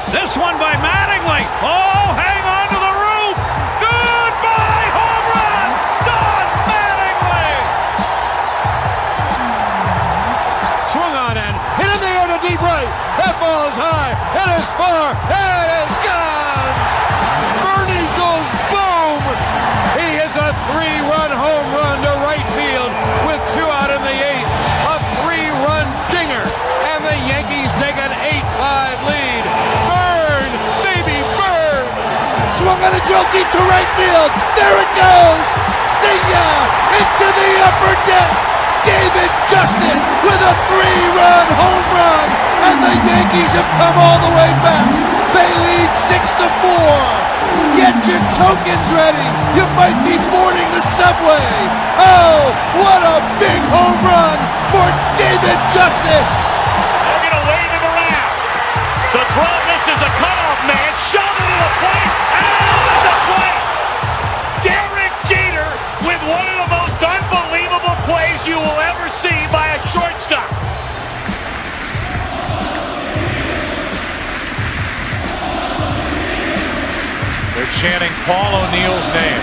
This one by Mattingly. Oh, hang on to the roof. Goodbye, home run. Don Mattingly. Swung on and hit in the air to deep right. That ball is high. It is far. It is gone. Bernie goes boom. He hits a 3-run home run to right field with 2 out in the 8th. A 3-run dinger. And the Yankees take an 8-5 lead. Burn, baby, burn. Swung on a drill deep to right field. There it goes. See ya. Into the upper deck. David Justice with a 3-run home run, and the Yankees have come all the way back. They lead 6-4. Get your tokens ready. You might be boarding the subway. Oh, what a big home run for David Justice. They're going to wave him around. The throw misses a cutoff man. Shot into the plate. Out at the plate. Derek Jeter with one of the most unbelievable plays you will ever see by a shortstop. They're chanting Paul O'Neill's name.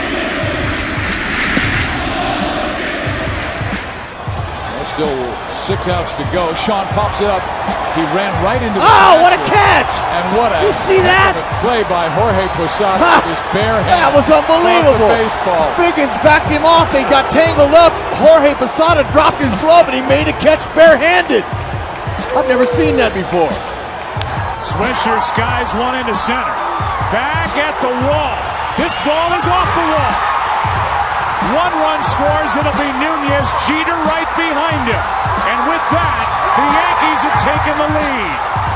Still 6 outs to go. Sean pops it up. He ran right into the what a catch! And what a Did you see that? Play by Jorge Posada with his bare hand. That was unbelievable. Baseball. Figgins backed him off. They got tangled up. Jorge Posada dropped his glove and he made a catch barehanded. I've never seen that before. Swisher skies one into center. Back at the wall. This ball is off the wall. 1 run scores. It'll be Nunez. Jeter right behind him. And with that, the Yankees have taken the lead.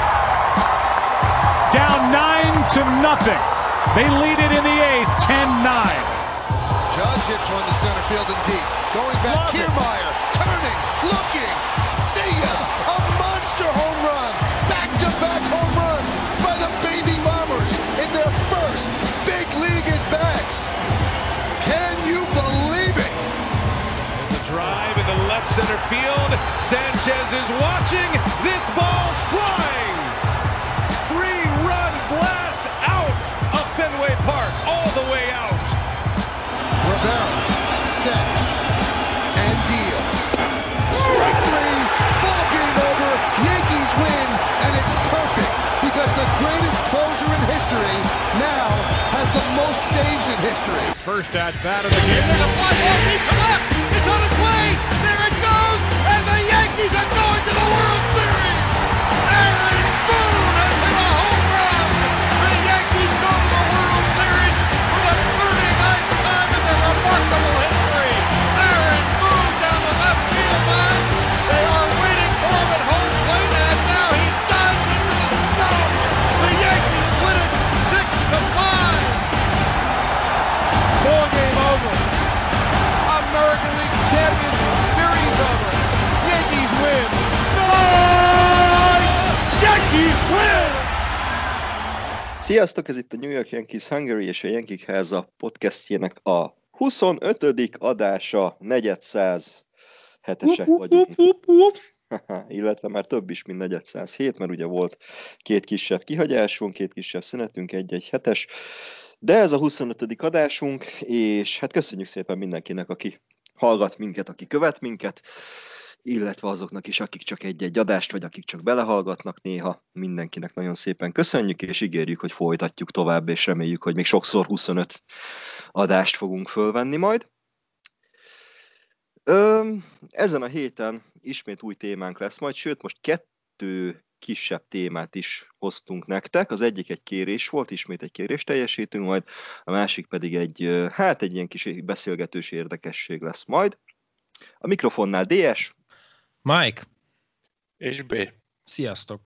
Down 9-0. They lead it in the 8th, 10-9. Judge hits one to center field and deep. Going back, Kiermaier, turning, looking, see ya! A monster home run! Back-to-back home runs by the Baby Bombers in their first big league at-bats. Can you believe it? The drive in the left center field. Sanchez is watching. This ball's flying. 3-run blast out of Fenway Park, all the way out. Rivera sets and deals. Strike 3, ball game over. Yankees win, and it's perfect because the greatest closer in history now has the most saves in history. First at bat of the game. There's a fly ball deep to left. It's on its way. There it goes, and the Yankees are going to the World Series. Aaron Boone has hit a home run. The Yankees go to the World Series for the 39th time in their remarkable history. Aaron Boone down the left field line. They are waiting for him at home plate, and now he dives into the stone. The Yankees win it 6-5. Ball game over. American League Championship Series over. Yankees win. Yankees win! Sziasztok, ez itt a New York Yankees Hungary és a Yankee Háza podcastjének a 25. adása, 407-esek vagyunk. Illetve már több is, mint 407, mert ugye volt 2 kisebb kihagyásunk, 2 kisebb szünetünk, 1 hetes. De ez a 25. adásunk, és hát köszönjük szépen mindenkinek, aki hallgat minket, aki követ minket, illetve azoknak is, akik csak egy adást, vagy akik csak belehallgatnak néha. Mindenkinek nagyon szépen köszönjük, és ígérjük, hogy folytatjuk tovább, és reméljük, hogy még sokszor 25 adást fogunk fölvenni majd. Ezen a héten ismét új témánk lesz majd, sőt most 2 kisebb témát is hoztunk nektek. Az egyik egy kérés volt, ismét egy kérést teljesítünk majd, a másik pedig egy ilyen kis beszélgetős érdekesség lesz majd. A mikrofonnál DS, Mike és B. Sziasztok!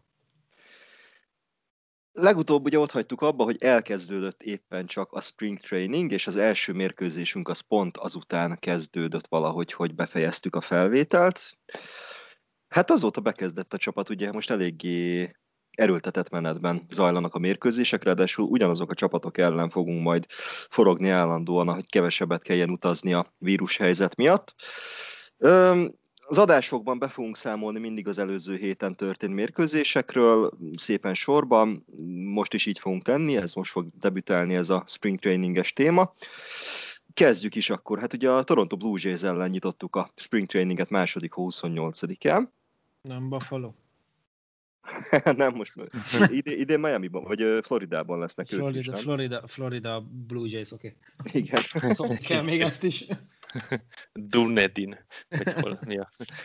Legutóbb ugye ott hagytuk abba, hogy elkezdődött éppen csak a spring training, és az első mérkőzésünk az pont azután kezdődött valahogy, hogy befejeztük a felvételt. Hát azóta bekezdett a csapat, ugye most eléggé erőltetett menetben zajlanak a mérkőzések, ráadásul ugyanazok a csapatok ellen fogunk majd forogni állandóan, hogy kevesebbet kelljen utazni a vírushelyzet miatt. Az adásokban be fogunk számolni mindig az előző héten történt mérkőzésekről, szépen sorban, most is így fogunk tenni, ez most fog debütálni ez a Spring Training-es téma. Kezdjük is akkor, hát ugye a Toronto Blue Jays ellen nyitottuk a Spring Training-et második 28-án. Nem Buffalo. Nem, most idén Miami-ban, vagy Floridában lesznek ők is, nem? Florida Blue Jays, oké. Okay. Igen. Szóval kell még ezt is. Dunedin. Ja.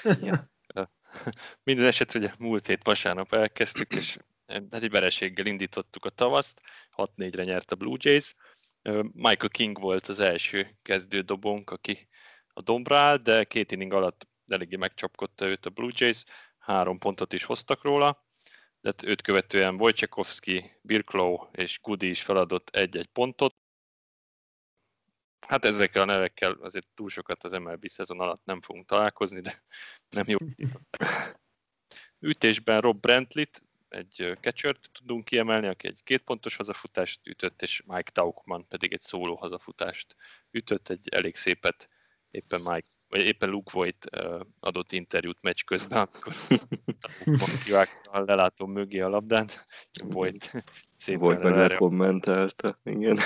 Minden esetre ugye múlt hét vasárnap elkezdtük, és egy vereséggel indítottuk a tavaszt, 6-4-re nyert a Blue Jays. Michael King volt az első kezdődobónk, aki a dombra áll, de 2 inning alatt eléggé megcsapkodta őt a Blue Jays, 3 pontot is hoztak róla, de őt követően Wojciechowski, Birklow és Goody is feladott 1-1 pontot. Hát ezekkel a nevekkel azért túl sokat az MLB szezon alatt nem fogunk találkozni, de nem jó. Ütésben Rob Brantley-t, egy catchert tudunk kiemelni, aki egy 2 pontos hazafutást ütött, és Mike Tauchman pedig egy szóló hazafutást ütött, egy elég szépet éppen Luke Voigt adott interjút meccs közben, akkor kivágta a lelátó mögé a labdát, Voigt szépen Voigt meg lekommentálta, igen.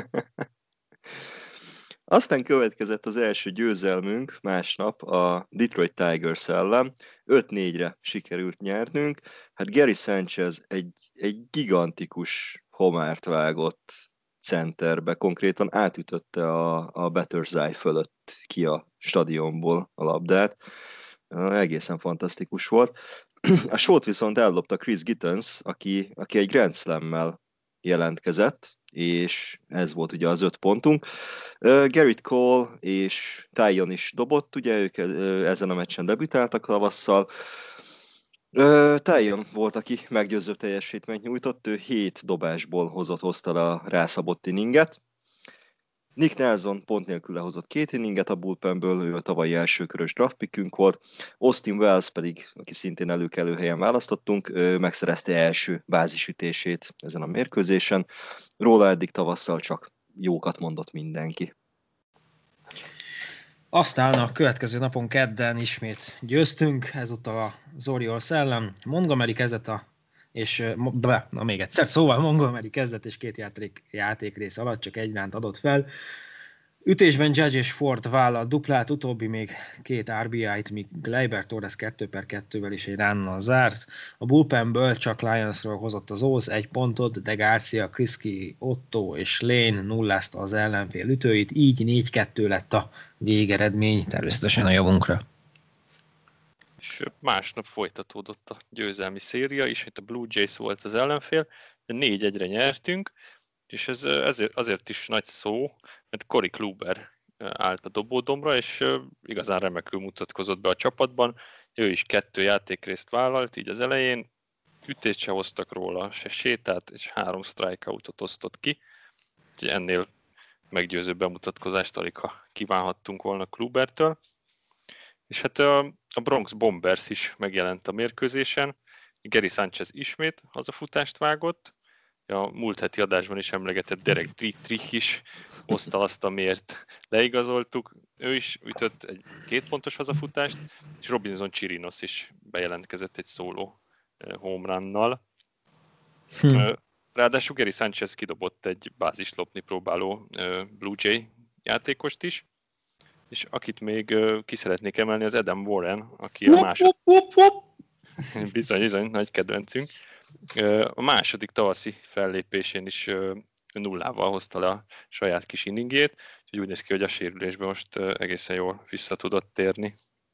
Aztán következett az első győzelmünk másnap a Detroit Tigers ellen. 5-4-re sikerült nyernünk. Hát Gary Sanchez egy gigantikus homárt vágott centerbe, konkrétan átütötte a Batters Eye fölött ki a stadionból a labdát. Egészen fantasztikus volt. A short viszont ellopta Chris Gittens, aki egy Grand Slammel jelentkezett, és ez volt ugye az 5 pontunk. Gerrit Cole és Tyon is dobott, ugye ők ezen a meccsen debütáltak tavasszal. Tyon volt, aki meggyőző teljesítményt nyújtott, ő 7 dobásból hozta a rászabott inninget. Nick Nelson pont nélkül lehozott 2 inninget a bullpenből, ő a tavalyi elsőkörös draftpickünk volt. Austin Wells pedig, aki szintén előkelő helyen választottunk, megszerezte első bázisütését ezen a mérkőzésen. Róla eddig tavasszal csak jókat mondott mindenki. Aztán a következő napon kedden ismét győztünk, ezúttal az Orioles ellen. Montgomery kezdett még egyszer, szóval Montgomery kezdett és 2 játékrész alatt csak 1 ránt adott fel. Ütésben Judge és Ford vállal duplát, utóbbi még 2 RBI-t, míg Gleyber Torres 2/2-vel is egy ránnal zárt. A bullpenből csak Lionsról hozott az Oz 1 pontot, de Garcia, Kriski, Otto és Lane nullázta az ellenfél ütőit, így 4-2 lett a végeredmény, természetesen a javunkra. És másnap folytatódott a győzelmi széria is, hogy a Blue Jays volt az ellenfél, 4-1-re nyertünk, és ez azért is nagy szó, mert Corey Kluber állt a dobódomra, és igazán remekül mutatkozott be a csapatban. Ő is 2 játékrészt vállalt, így az elején ütést se hoztak róla, se sétát, és 3 strikeoutot osztott ki. Úgyhogy ennél meggyőző bemutatkozást alig kívánhattunk volna Klubertől. És hát a Bronx Bombers is megjelent a mérkőzésen. Gary Sanchez ismét hazafutást vágott. A múlt heti adásban is emlegetett Derek Dietrich is hozta azt, amiért leigazoltuk. Ő is ütött egy 2 pontos hazafutást, és Robinson Chirinos is bejelentkezett egy szóló home runnal. Ráadásul Gary Sanchez kidobott egy bázist lopni próbáló Blue Jay játékost is, és akit még ki szeretnék emelni, az Adam Warren, aki a második... Bizony, nagy kedvencünk. A második tavaszi fellépésén is 0-val hozta le a saját kis inningjét, úgyhogy úgy néz ki, hogy a sérülésben most egészen jól vissza tudott térni.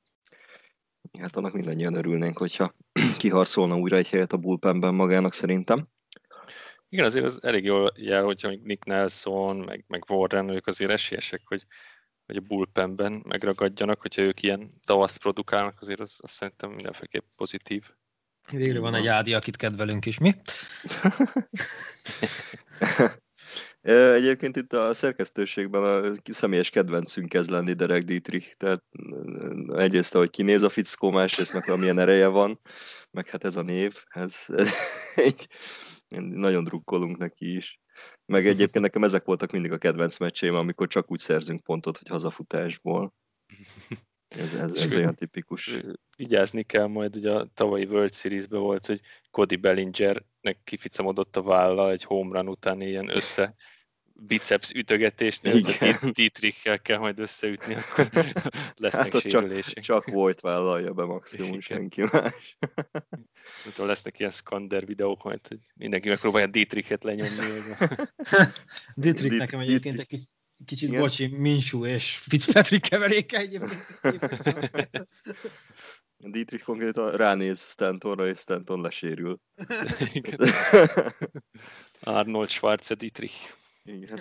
Hát annak mindannyian örülnénk, hogyha kiharcolna újra egy helyet a bullpenben magának szerintem. Igen, azért az elég jól jel, hogyha Nick Nelson, meg Warren, ők azért esélyesek, hogy a bullpenben megragadjanak, hogyha ők ilyen tavaszt produkálnak, azért az szerintem mindenféleképp pozitív. Végre van egy Ádi, akit kedvelünk is, mi? Egyébként itt a szerkesztőségben a személyes kedvencünk kezd lenni Derek Dietrich, tehát egyrészt ahogy kinéz a fickó, másrészt meg valamilyen ereje van, meg hát ez a név, nagyon drukkolunk neki is. Meg egyébként nekem ezek voltak mindig a kedvenc meccseim, amikor csak úgy szerzünk pontot, hogy hazafutásból. Ez olyan tipikus. Vigyázni kell majd, ugye a tavalyi World Series-ben volt, hogy Cody Bellingernek kificamodott a válla egy home run után ilyen biceps ütögetésnél, hogy Dietrichkel kell majd összeütni, akkor lesznek sérülések. Csak volt vállalja be maximum, senki más. Lesznek ilyen Skander videók majd, hogy mindenki megpróbálja Dietrichet lenyomni. Dietrich nekem egyébként egy kicsit bocsi, Minshew és Fitzpatrick keveréke egyébként. Dietrich konkrétan ránéz Stantonra, és Stanton lesérül. Arnold Schwarze Dietrich. Igen.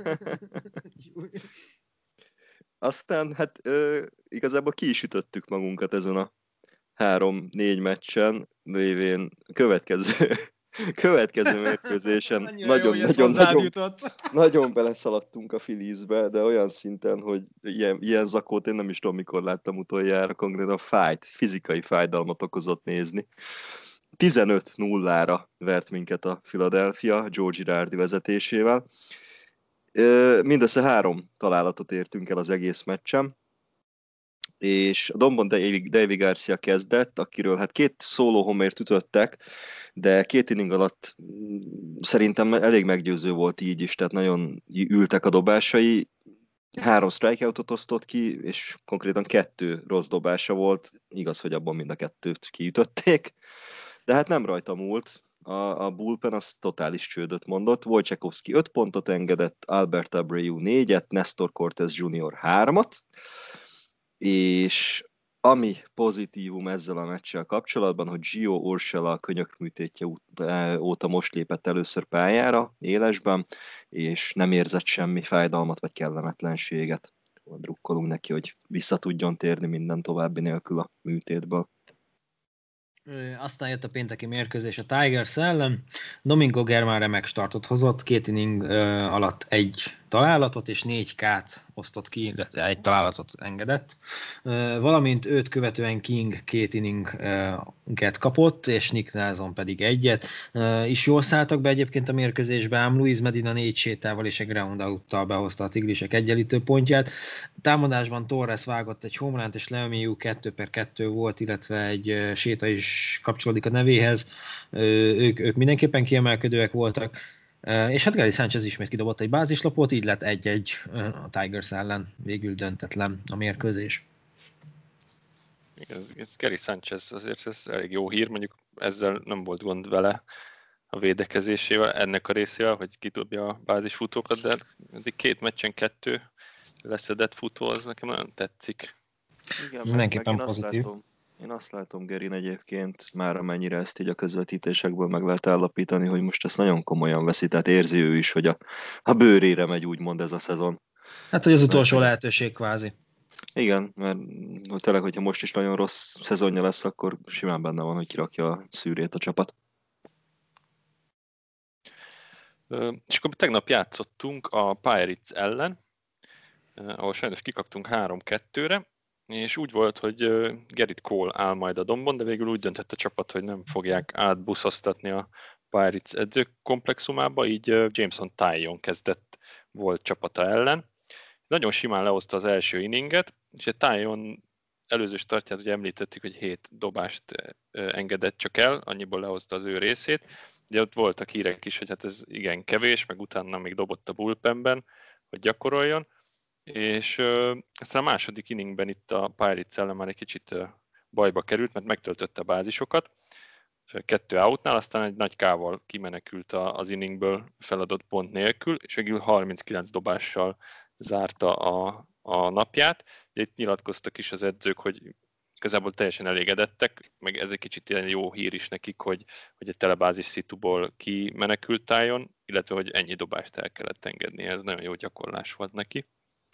Aztán hát igazából ki is ütöttük magunkat ezen a 3-4 meccsen, lévén következő mérkőzésen nagyon beleszaladtunk a Philliesbe, de olyan szinten, hogy ilyen zakót én nem is tudom, mikor láttam utoljára, konkrétan fizikai fájdalmat okozott nézni. 15-0-ra vert minket a Philadelphia George Girardi vezetésével. Mindössze 3 találatot értünk el az egész meccsen, és a dombon Deivi Garcia kezdett, akiről hát 2 szóló homért ütöttek, de 2 inning alatt szerintem elég meggyőző volt így is, tehát nagyon ültek a dobásai. 3 strikeoutot osztott ki, és konkrétan 2 rossz dobása volt, igaz, hogy abban mind a 2-t kiütötték, de hát nem rajta múlt. A bullpen az totális csődöt mondott. Wojciechowski 5 pontot engedett, Albert Abreu 4-et, Nestor Cortez Jr. 3-at, és ami pozitívum ezzel a meccsel kapcsolatban, hogy Gio Urshela a könyökműtétje óta most lépett először pályára élesben, és nem érzett semmi fájdalmat vagy kellemetlenséget. Drukkolunk neki, hogy vissza tudjon térni minden további nélkül a műtétből. Aztán jött a pénteki mérkőzés a Tigers ellen. Domingo Germán remek startot hozott, 2 inning alatt 1 találatot és 4 K-t osztott ki, illetve 1 találatot engedett. Valamint őt követően King 2 inninget kapott, és Nick Nelson pedig 1-et. És jól szálltak be egyébként a mérkőzésbe, ám Luis Medina 4 sétával és egy ground out-tal behozta a tigrisek egyenlítő pontját. Támadásban Torres vágott egy home runt, és Lemieux 2/2 volt, illetve egy séta is kapcsolódik a nevéhez. Ők mindenképpen kiemelkedőek voltak. És hát Gary Sanchez ismét kidobott egy bázislapot, így lett 1-1 a Tigers ellen, végül döntetlen a mérkőzés. Ez Gary Sanchez azért ez elég jó hír, mondjuk ezzel nem volt gond vele a védekezésével, ennek a részével, hogy kidobja a bázisfutókat, de eddig 2 meccsen 2 leszedett futó, az nekem nagyon tetszik. Igen, mindenképpen pozitív. Én azt látom Gerin egyébként, már amennyire ezt így a közvetítésekből meg lehet állapítani, hogy most ezt nagyon komolyan veszi, tehát érzi ő is, hogy a bőrére megy úgymond ez a szezon. Hát, hogy az utolsó lehetőség kvázi. Igen, mert tényleg, hogyha most is nagyon rossz szezonja lesz, akkor simán benne van, hogy kirakja a szűrét a csapat. És akkor tegnap játszottunk a Pirates ellen, ahol sajnos kikaptunk 3-2-re, és úgy volt, hogy Gerrit Cole áll majd a dombon, de végül úgy döntött a csapat, hogy nem fogják átbuszoztatni a Pirates edzőkomplexumába, így Jameson Taillon kezdett volt csapata ellen. Nagyon simán lehozta az első inninget, és a Taillon előző startját ugye említettük, hogy 7 dobást engedett csak el, annyiból lehozta az ő részét. Ugye ott voltak hírek is, hogy hát ez igen kevés, meg utána még dobott a bullpenben, hogy gyakoroljon. És aztán a második inningben itt a Pirates ellen már egy kicsit bajba került, mert megtöltötte a bázisokat 2 outnál, aztán egy nagy K-val kimenekült az inningből feladott pont nélkül, és végül 39 dobással zárta a napját. Itt nyilatkoztak is az edzők, hogy igazából teljesen elégedettek, meg ez egy kicsit ilyen jó hír is nekik, hogy egy telebázis szituból kimenekült Taillon, illetve hogy ennyi dobást el kellett engedni. Ez nagyon jó gyakorlás volt neki.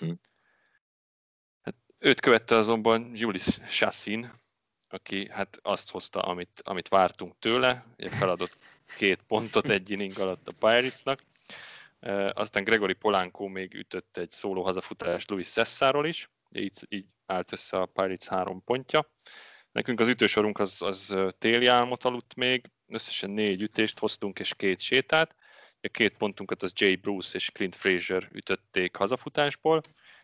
Hát, őt követte azonban Jhoulys Chacín, aki hát azt hozta, amit vártunk tőle, feladott 2 pontot egy inning alatt a Piratesnak. Aztán Gregory Polanco még ütött egy szóló hazafutást Luis Cessáról is, így állt össze a Pirates 3 pontja. Nekünk az ütősorunk az téli álmot aludt még, összesen 4 ütést hoztunk és 2 sétát. A 2 pontunkat az Jay Bruce és Clint Frazier ütötték hazafutásból,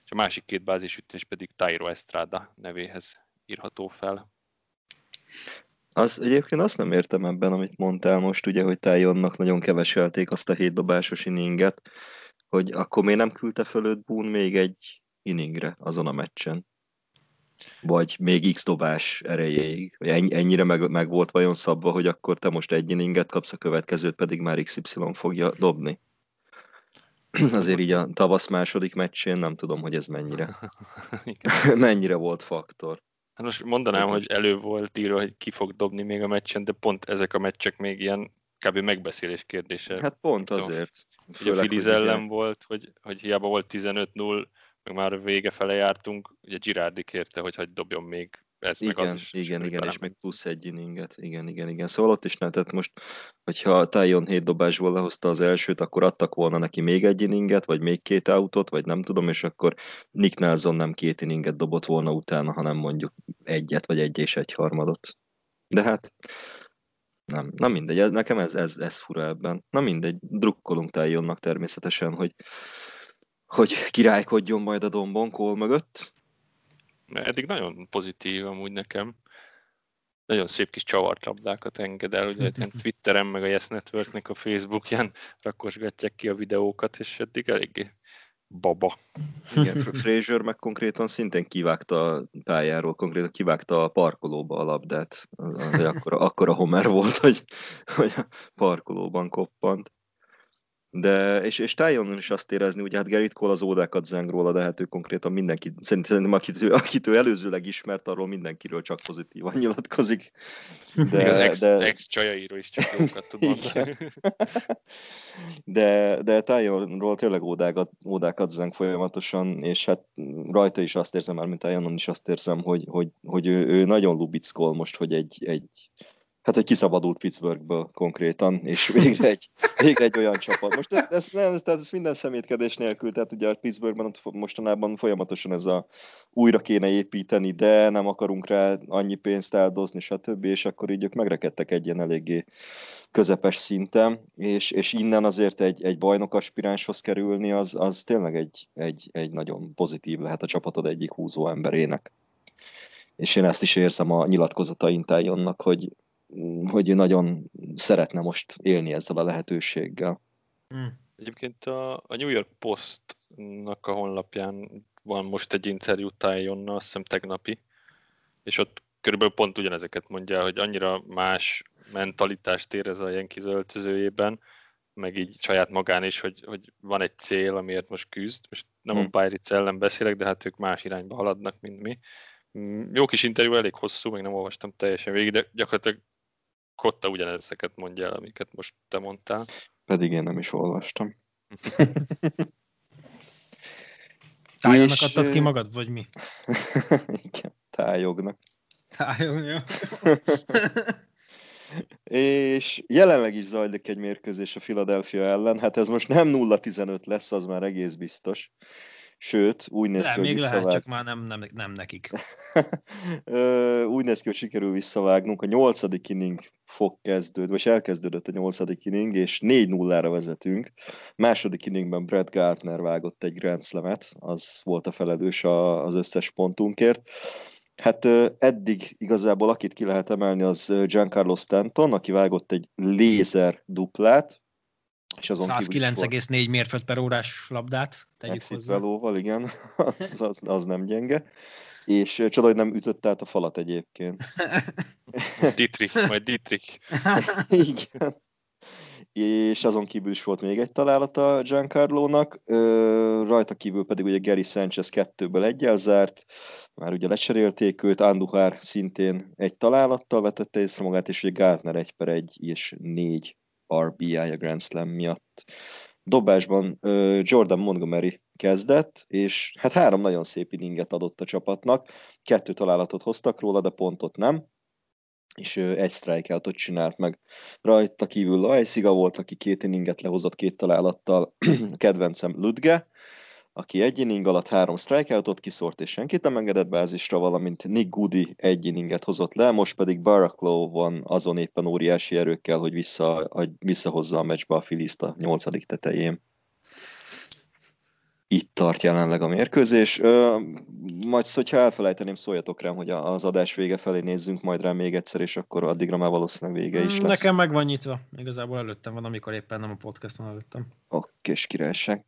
és a másik 2 bázisütés pedig Thairo Estrada nevéhez írható fel. Az egyébként azt nem értem ebben, amit mondtál most, ugye, hogy Tayonnak nagyon keveselték azt a 7 dobásos inninget, hogy akkor miért nem küldte föl őt Boone még egy inningre azon a meccsen? Vagy még x dobás erejéig? Ennyire meg volt vajon szabva, hogy akkor te most egy inninget kapsz, a következőt pedig már XY fogja dobni? Azért így a tavasz második meccsén nem tudom, hogy ez mennyire volt faktor. Hát most mondanám, hogy elő volt írva, hogy ki fog dobni még a meccsen, de pont ezek a meccsek még ilyen kb. Megbeszélés kérdése. Hát pont azért. Ugye a Phillies ellen volt, hogy hiába volt 15-0, meg már vége fele jártunk, ugye Girardi kérte, hogy hagy dobjon még. Ez Igen, meg az is, igen, és még plusz egy inninget. Igen. Szóval ott is nem, tehát most, hogyha Taillon 7 dobásból lehozta az elsőt, akkor adtak volna neki még egy inninget, vagy még 2 outot, vagy nem tudom, és akkor Nick Nelson nem 2 inninget dobott volna utána, hanem mondjuk 1-et, vagy 1 és 1/3. De hát nem mindegy, nekem ez fura ebben. Na mindegy, drukkolunk Taillonnak természetesen, hogy királykodjon majd a dombon Cole mögött. Eddig nagyon pozitív amúgy nekem. Nagyon szép kis csavart labdákat enged el, ugye ilyen Twitteren, meg a Yes Networknek a Facebookján rakosgatják ki a videókat, és eddig eléggé baba. Igen, Frazier meg konkrétan szintén kivágta a pályáról, konkrétan kivágta a parkolóba a labdát. Az akkora homer volt, hogy a parkolóban koppant. De, és Taillon is azt érezni, ugye hát Gerrit Cole az ódákat zeng róla, de hát ő konkrétan mindenki, szerintem akit ő előzőleg ismert, arról mindenkiről csak pozitívan nyilatkozik. Még az ex-csajairól is csak jókat tud mondani. De Taillonról tényleg ódákat zeng folyamatosan, és hát rajta is azt érzem, már mint Taillonon is azt érzem, hogy ő nagyon lubickol most, hogy hogy kiszabadult Pittsburghből konkrétan, és végre egy olyan csapat. Most ez minden szemétkedés nélkül, tehát ugye a Pittsburghben mostanában folyamatosan ez a újra kéne építeni, de nem akarunk rá annyi pénzt áldozni, stb. És akkor így ők megrekedtek egy ilyen eléggé közepes szinten, és innen azért egy bajnok aspiránshoz kerülni, az tényleg egy nagyon pozitív lehet a csapatod egyik húzó emberének. És én ezt is érzem a nyilatkozatain Taillonnak, hogy ő nagyon szeretne most élni ezzel a lehetőséggel. Egyébként a New York Postnak a honlapján van most egy interjú Taillonnal, azt hiszem tegnapi, és ott körülbelül pont ugyanezeket mondja, hogy annyira más mentalitást érez a Yankees öltözőjében, meg így saját magán is, hogy van egy cél, amiért most küzd. Most nem a Pirates ellen beszélek, de hát ők más irányba haladnak, mint mi. Jó kis interjú, elég hosszú, még nem olvastam teljesen végig, de gyakorlatilag Kotta ugyanezeket mondja el, amiket most te mondtál. Pedig én nem is olvastam. Tájognak adtad ki magad, vagy mi? Igen, tájognak. Tájognak. És jelenleg is zajlik egy mérkőzés a Philadelphia ellen. Hát ez most nem 0-15 lesz, az már egész biztos. Sőt, úgy néz ki, hogy még lehet, csak már nem nekik. Úgy néz ki, hogy sikerül visszavágnunk. A 8. inning fog kezdődni, vagy elkezdődött a 8. inning, és 4-0-ra vezetünk. Második inningben Brett Gardner vágott egy Grand Slamet, az volt a felelős az összes pontunkért. Hát eddig igazából akit ki lehet emelni, az Giancarlo Stanton, aki vágott egy lézer duplát, 109,4 mérföld per órás labdát tegyük hozzá. Velóval, igen, az nem gyenge. És csoda, hogy nem ütött át a falat egyébként. Dietrich. Igen. És azon kívül is volt még egy találata Giancarlónak, rajta kívül pedig ugye Gary Sanchez 2-ből 1-el zárt, már ugye lecserélték őt, Andujar szintén egy találattal vetette észre magát, és ugye Gardner 1/1 és 4 RBI a Grand Slam miatt. Dobásban Jordan Montgomery kezdett, és hát 3 nagyon szép inninget adott a csapatnak, 2 találatot hoztak róla, de pontot nem, és 1 strikeoutot csinált meg. Rajta kívül Loaiziga volt, aki 2 inninget lehozott 2 találattal, kedvencem Ludge, aki 1 inning alatt 3 strikeoutot kiszórt, és senkit nem engedett bázisra, valamint Nick Goody 1 inninget hozott le, most pedig Baraclough van azon éppen óriási erőkkel, hogy visszahozza a meccsbe a Phillies-t a 8. tetején. itt tart jelenleg a mérkőzés. Majd, hogyha elfelejteném, szóljatok rám, hogy az adás vége felé nézzünk majd rá még egyszer, és akkor addigra már valószínűleg vége is lesz. Nekem meg van nyitva. Igazából előttem van, amikor éppen nem a podcast van előttem. Okkés királyság.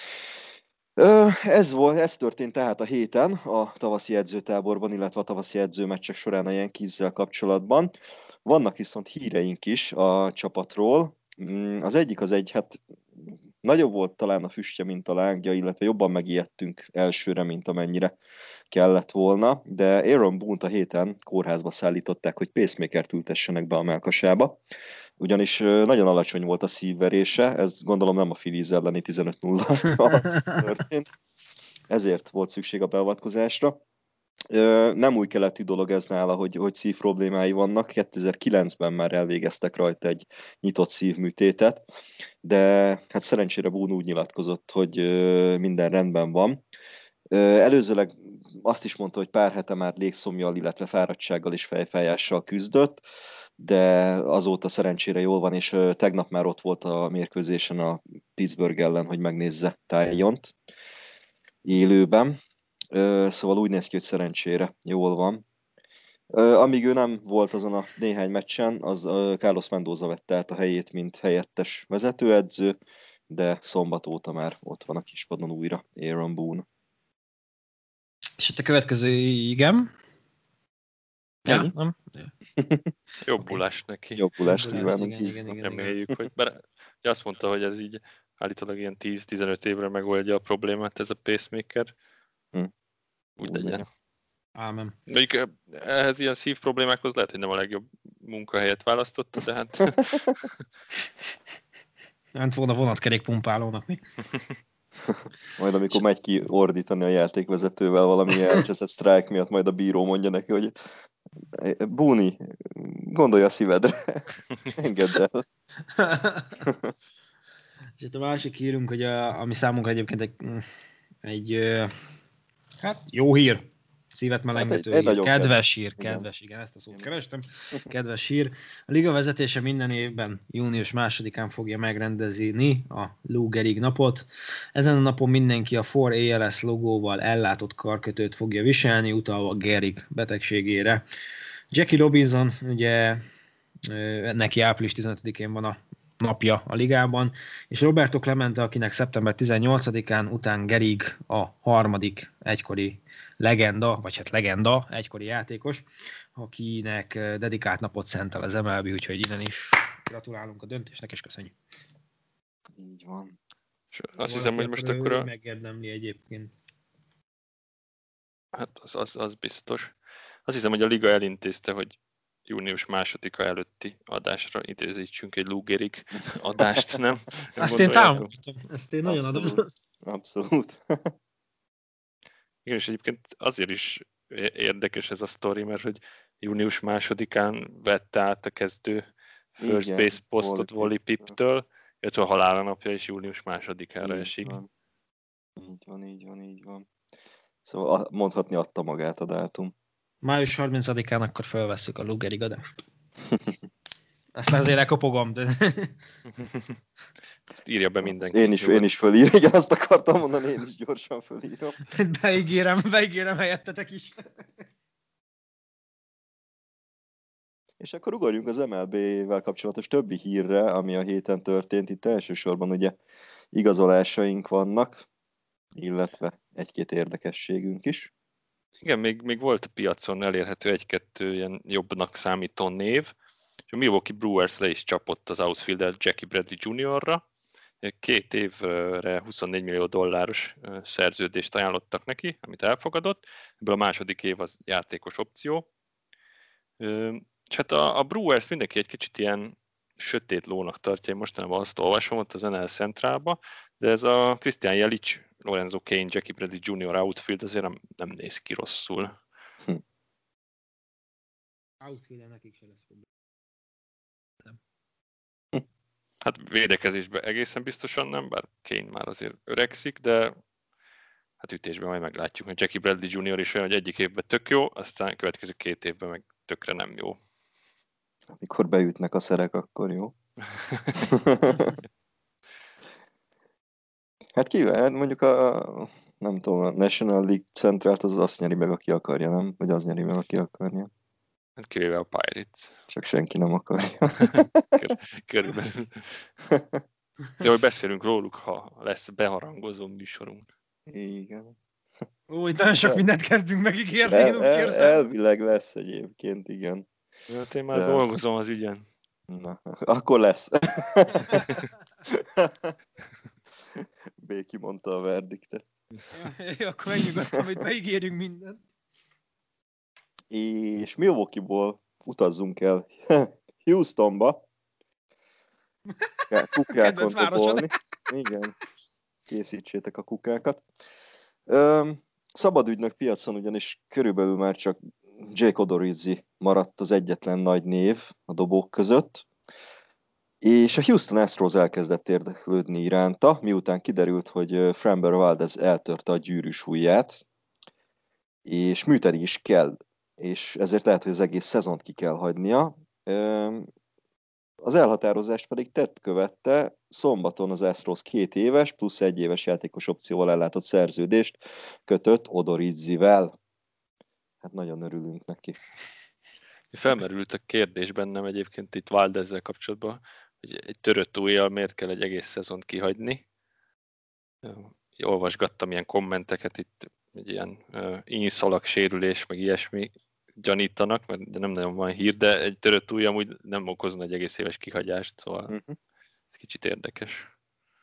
Ez történt tehát a héten a tavaszi edzőtáborban, illetve a tavaszi edzőmeccsek során a Yankees-zel kapcsolatban. Vannak viszont híreink is a csapatról. Az egyik hát nagyobb volt talán a füstje, mint a lángja, illetve jobban megijedtünk elsőre, mint amennyire kellett volna, de Aaron Boone-t a héten kórházba szállították, hogy pacemakert ültessenek be a mellkasába, ugyanis nagyon alacsony volt a szívverése, ez gondolom nem a Phillies elleni 15-0 történt, ezért volt szükség a beavatkozásra. Nem új keletű dolog ez nála, hogy szív problémái vannak. 2009-ben már elvégeztek rajta egy nyitott szívműtétet, de hát szerencsére Boone úgy nyilatkozott, hogy minden rendben van. Előzőleg azt is mondta, hogy pár hete már légszomjjal, illetve fáradtsággal és fejfájással küzdött, de azóta szerencsére jól van, és tegnap már ott volt a mérkőzésen a Pittsburgh ellen, hogy megnézze Tyont élőben. Szóval úgy néz ki, hogy szerencsére jól van. Amíg ő nem volt azon a néhány meccsen, az Carlos Mendoza vette át a helyét, mint helyettes vezetőedző, de szombat óta már ott van a kispadon újra Aaron Boone. És itt a következő, igen? Ja, nem? Jobbulást neki. Jobbulást kívánunk. Igen. Reméljük, hogy ugye azt mondta, hogy ez így állítólag ilyen 10-15 évre megoldja a problémát, ez a pacemaker. Úgy legyen. Ámen. Mondjuk ehhez ilyen szív problémákhoz lehet, hogy nem a legjobb munkahelyet választotta, de hát... Ment volna vonatkerékpumpálónak, mi? Majd amikor megy ki ordítani a játékvezetővel valami elcseszett sztrájk miatt, majd a bíró mondja neki, hogy Búni, gondolj a szívedre, engedd el. És itt a másik hírünk, hogy ami számunkra egyébként egy hát jó hír, szívet melengető egy hír, kedves hír, igen, ezt a szót kerestem, kedves hír. A liga vezetése minden évben június 2-án fogja megrendezni a Lou Gehrig napot. Ezen a napon mindenki a 4ALS logóval ellátott karkötőt fogja viselni, utalva Gehrig betegségére. Jackie Robinson, ugye neki április 15-én van a napja a ligában, és Roberto Clemente, akinek szeptember 18-án után Gehrig a harmadik egykori legenda, egykori játékos, akinek dedikált napot szentel az MLB, úgyhogy innen is gratulálunk a döntésnek, és köszönjük. Így van. És azt hiszem, hogy most akkor megérdemli egyébként. Hát az biztos. Azt hiszem, hogy a liga elintézte, hogy június 2-a előtti adásra intézítsünk egy Lou Gehrig adást, nem? Ezt én támogatom. Ezt én nagyon adom. Abszolút. Igen, és egyébként azért is érdekes ez a sztori, mert hogy június 2-án vette át a kezdő first base posztot Wally Pipp-től, illetve a halála napja is június 2-ára esik. Így van. Szóval mondhatni adta magát a dátum. Május 30-án akkor felvesszük a Lou Gehrig adást. Ezt azért lekopogom, de... Ezt írja be mindenki. Én is fölírom, igen, azt akartam mondani, én is gyorsan fölírom. Beígérem helyettetek is. És akkor ugorjunk az MLB-vel kapcsolatos többi hírre, ami a héten történt. Itt elsősorban ugye igazolásaink vannak, illetve egy-két érdekességünk is. Igen, még volt a piacon elérhető egy-kettő ilyen jobbnak számító név. És a Milwaukee Brewers le is csapott az outfielder Jackie Bradley Jr.-ra. 2 évre $24 millió szerződést ajánlottak neki, amit elfogadott. Ebből a második év az játékos opció. És hát a Brewers mindenki egy kicsit ilyen sötét lónak tartja, én mostanában azt olvasom ott az NL Centrálba, de ez a Christian Yelich, Lorenzo Cain, Jackie Bradley Jr. outfield azért nem néz ki rosszul. Outfield nekik se lesz probléma. Hát védekezésben egészen biztosan nem, bár Cain már azért öregszik, de hát ütésben majd meglátjuk, hogy Jackie Bradley Jr. is olyan, hogy egyik évben tök jó, aztán következő 2 évben meg tökre nem jó. Amikor beütnek a szerek, akkor jó. Hát kivel? Mondjuk nem tudom, a National League Centralt az azt nyeri meg, aki akarja, nem? Vagy az nyeri meg, aki akarja. Hát kivéve a Pirates. Csak senki nem akarja. Körülbelül. De hogy beszélünk róluk, ha lesz beharangozó műsorunk. Igen. Úgy, nagyon sok mindent kezdünk megígérni, én úgy érzem. Elvileg lesz egyébként, igen. Hát én már dolgozom az ügyen. Na, akkor lesz. Béki mondta a verdiktet. Akkor megnyugodtam, hogy beígérjünk mindent. És Milwaukee-ból utazzunk el Houstonba. Kukákon dobolni. Igen, készítsétek a kukákat. Szabadügynök piacon ugyanis körülbelül már csak Jake Odorizzi maradt az egyetlen nagy név a dobók között, és a Houston Astros elkezdett érdeklődni iránta, miután kiderült, hogy Framber Valdez eltörte a gyűrűs ujját, és műteni is kell, és ezért lehet, hogy az egész szezont ki kell hagynia. Az elhatározást pedig tett követte, szombaton az Astros 2 éves plusz 1 éves játékos opcióval ellátott szerződést kötött Odorizzivel. Hát nagyon örülünk neki. Felmerült a kérdés bennem egyébként itt Valdezzel kapcsolatban, hogy egy törött ujjal miért kell egy egész szezont kihagyni. Olvasgattam ilyen kommenteket, itt egy ilyen inszalag sérülés, meg ilyesmi gyanítanak, mert nem nagyon van hír, de egy törött ujj amúgy nem okozna egy egész éves kihagyást, szóval ez kicsit érdekes.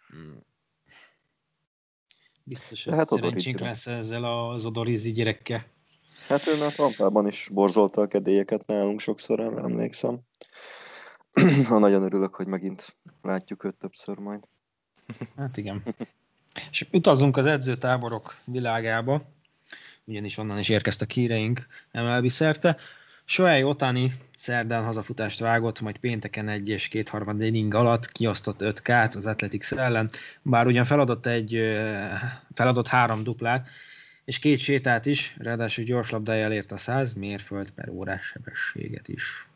Biztos, hogy szerencsénk lesz ezzel az Odorizzi gyerekkel. Hát ön a Tampában is borzolta a kedélyeket nálunk sokszor, emlékszem. Nagyon örülök, hogy megint látjuk őt többször majd. Hát igen. És utazzunk az edzőtáborok világába, ugyanis onnan is érkeztek híreink MLB szerte. Shohei Ohtani szerdán hazafutást vágott, majd pénteken 1 és 2/3 inning alatt kiosztott 5K-t az Athletics ellen, bár ugyan feladott 3 duplát, és 2 sétát is, ráadásul gyorslabdája elérte a 100 mérföld per órás sebességet is.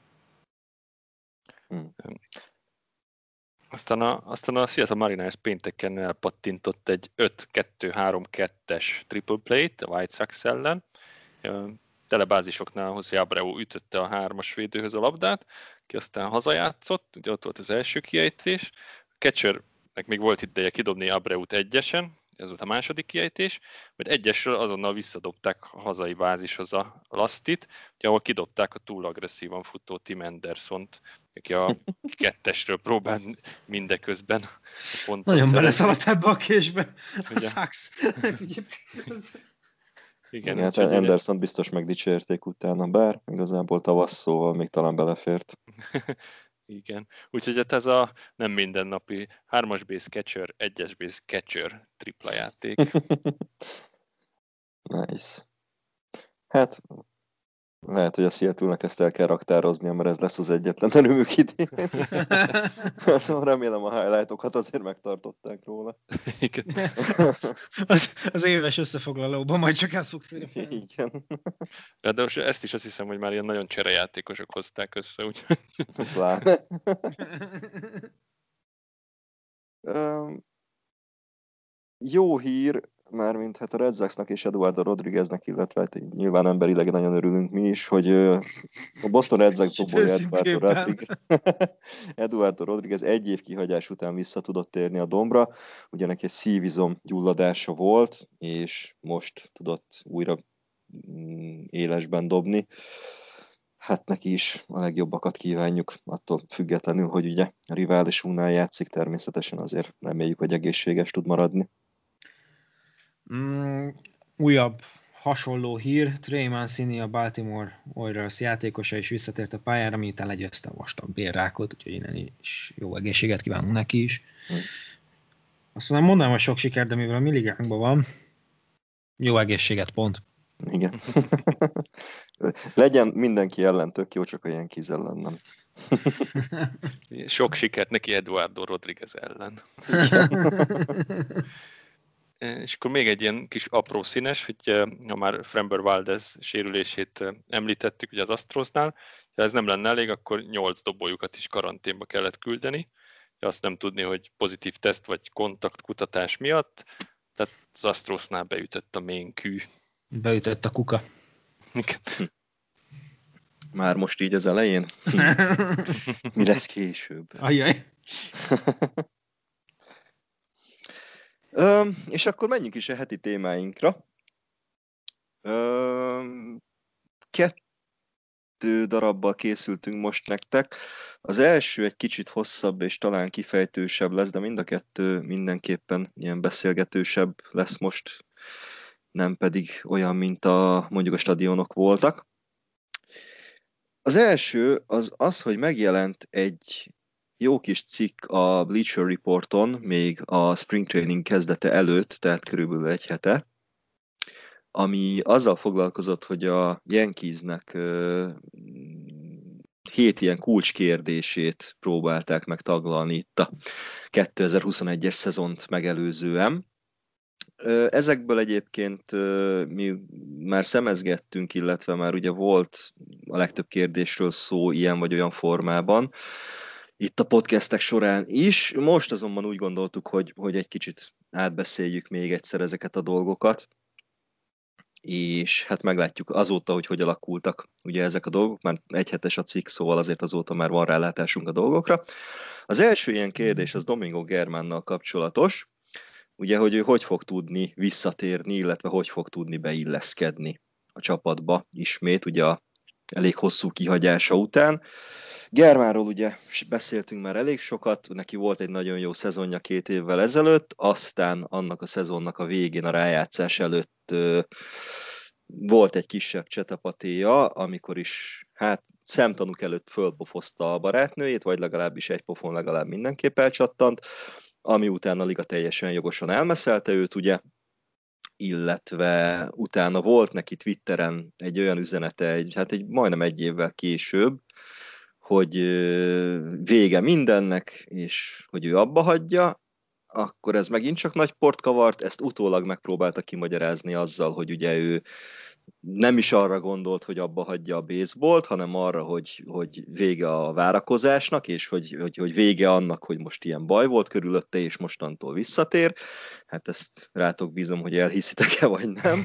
Aztán a Seattle Mariners pénteken elpattintott egy 5-2-3-2-es triple play-t a White Sox ellen. Telebázisoknál José Abreu ütötte a 3-as védőhöz a labdát, ki aztán hazajátszott, ugye ott volt az első kiejtés. A catchernek még volt ideje kidobni Abreut 1-esen, ez volt a második kiejtés, majd 1-esről azonnal visszadobták a hazai bázishoz a Lastit, ahol kidobták a túl agresszívan futó Tim Andersont, aki a 2-esről próbált mindeközben. Nagyon beleszaladt ebbe a késbe a Sox. Igen, hát Anderson biztos megdicsérték utána, bár igazából tavasszóval még talán belefért. Igen, úgyhogy hát ez a nem mindennapi 3-as base catcher, 1-es base catcher tripla játék. Nice. Hát lehet, hogy a Seattle-nek ezt el kell raktároznia, mert ez lesz az egyetlen örömük idén. Szóval remélem a highlightokat azért megtartották róla. Igen. Az éves összefoglalóban majd csak ezt fog szerepelni. Igen. De ezt is azt hiszem, hogy már ilyen nagyon cserejátékosok hozták össze, úgyhogy... Pláne. Jó hír, mármint hát a Red Soxnak és Eduardo Rodrigueznek, illetve hát nyilván emberileg nagyon örülünk mi is, hogy a Boston Red Sox dobója Eduardo Rodriguez 1 év kihagyás után vissza tudott térni a dombra, ugyanek egy szívizom gyulladása volt, és most tudott újra élesben dobni. Hát neki is a legjobbakat kívánjuk, attól függetlenül, hogy ugye a riválisunknál játszik, természetesen azért reméljük, hogy egészséges tud maradni. Újabb hasonló hír, Trey Mancini, a Baltimore Orioles játékosa is visszatért a pályára, miután legyőzte a vastag bélrákot, úgyhogy innen is jó egészséget kívánunk neki is. Azt nem mondanám, hogy sok siker, de mivel a milligánkban van, jó egészséget, pont. Igen. Legyen mindenki ellen tök jó, csak a Yankees ellen nem. Sok sikert neki Eduardo Rodriguez ellen. És akkor még egy ilyen kis apró színes, hogy ha már Framber Valdez sérülését említettük ugye az Astrosnál, ha ez nem lenne elég, akkor 8 dobójukat is karanténba kellett küldeni. azt nem tudni, hogy pozitív teszt vagy kontaktkutatás miatt, tehát az Astrosnál beütött a ménkű. Beütött a kuka. Már most így az elején? Mi lesz később? Ajjaj. És akkor menjünk is a heti témáinkra. 2 darabbal készültünk most nektek. Az első egy kicsit hosszabb és talán kifejtősebb lesz, de mind a 2 mindenképpen ilyen beszélgetősebb lesz most, nem pedig olyan, mint mondjuk a stadionok voltak. Az első az, hogy megjelent egy jó kis cikk a Bleacher Reporton, még a Spring Training kezdete előtt, tehát körülbelül egy hete, ami azzal foglalkozott, hogy a Yankeesnek 7 ilyen kulcskérdését próbálták meg taglalni itt a 2021-es szezont megelőzően. Ezekből egyébként mi már szemezgettünk, illetve már ugye volt a legtöbb kérdésről szó ilyen vagy olyan formában, itt a podcastek során is. Most azonban úgy gondoltuk, hogy egy kicsit átbeszéljük még egyszer ezeket a dolgokat, és hát meglátjuk azóta, hogy alakultak ugye ezek a dolgok, már egy hetes a cikk, szóval azért azóta már van rálátásunk a dolgokra. Az első ilyen kérdés az Domingo Germánnal kapcsolatos, ugye, hogy ő hogy fog tudni visszatérni, illetve hogy fog tudni beilleszkedni a csapatba ismét, ugye a elég hosszú kihagyása után. Germánról ugye beszéltünk már elég sokat, neki volt egy nagyon jó szezonja 2 évvel ezelőtt, aztán annak a szezonnak a végén, a rájátszás előtt volt egy kisebb csetapatéja, amikor is hát szemtanúk előtt fölpofozta a barátnőjét, vagy legalábbis egy pofon legalább mindenképp elcsattant, ami után a liga teljesen jogosan elmeszelte őt, ugye, illetve utána volt neki Twitteren egy olyan üzenete, egy majdnem 1 évvel később, hogy vége mindennek, és hogy ő abba hagyja, akkor ez megint csak nagy port kavart, ezt utólag megpróbálta kimagyarázni azzal, hogy ugye ő nem is arra gondolt, hogy abba hagyja a baseballt, hanem arra, hogy vége a várakozásnak, és hogy vége annak, hogy most ilyen baj volt körülötte, és mostantól visszatér. Hát ezt rátok bízom, hogy elhiszitek-e, vagy nem.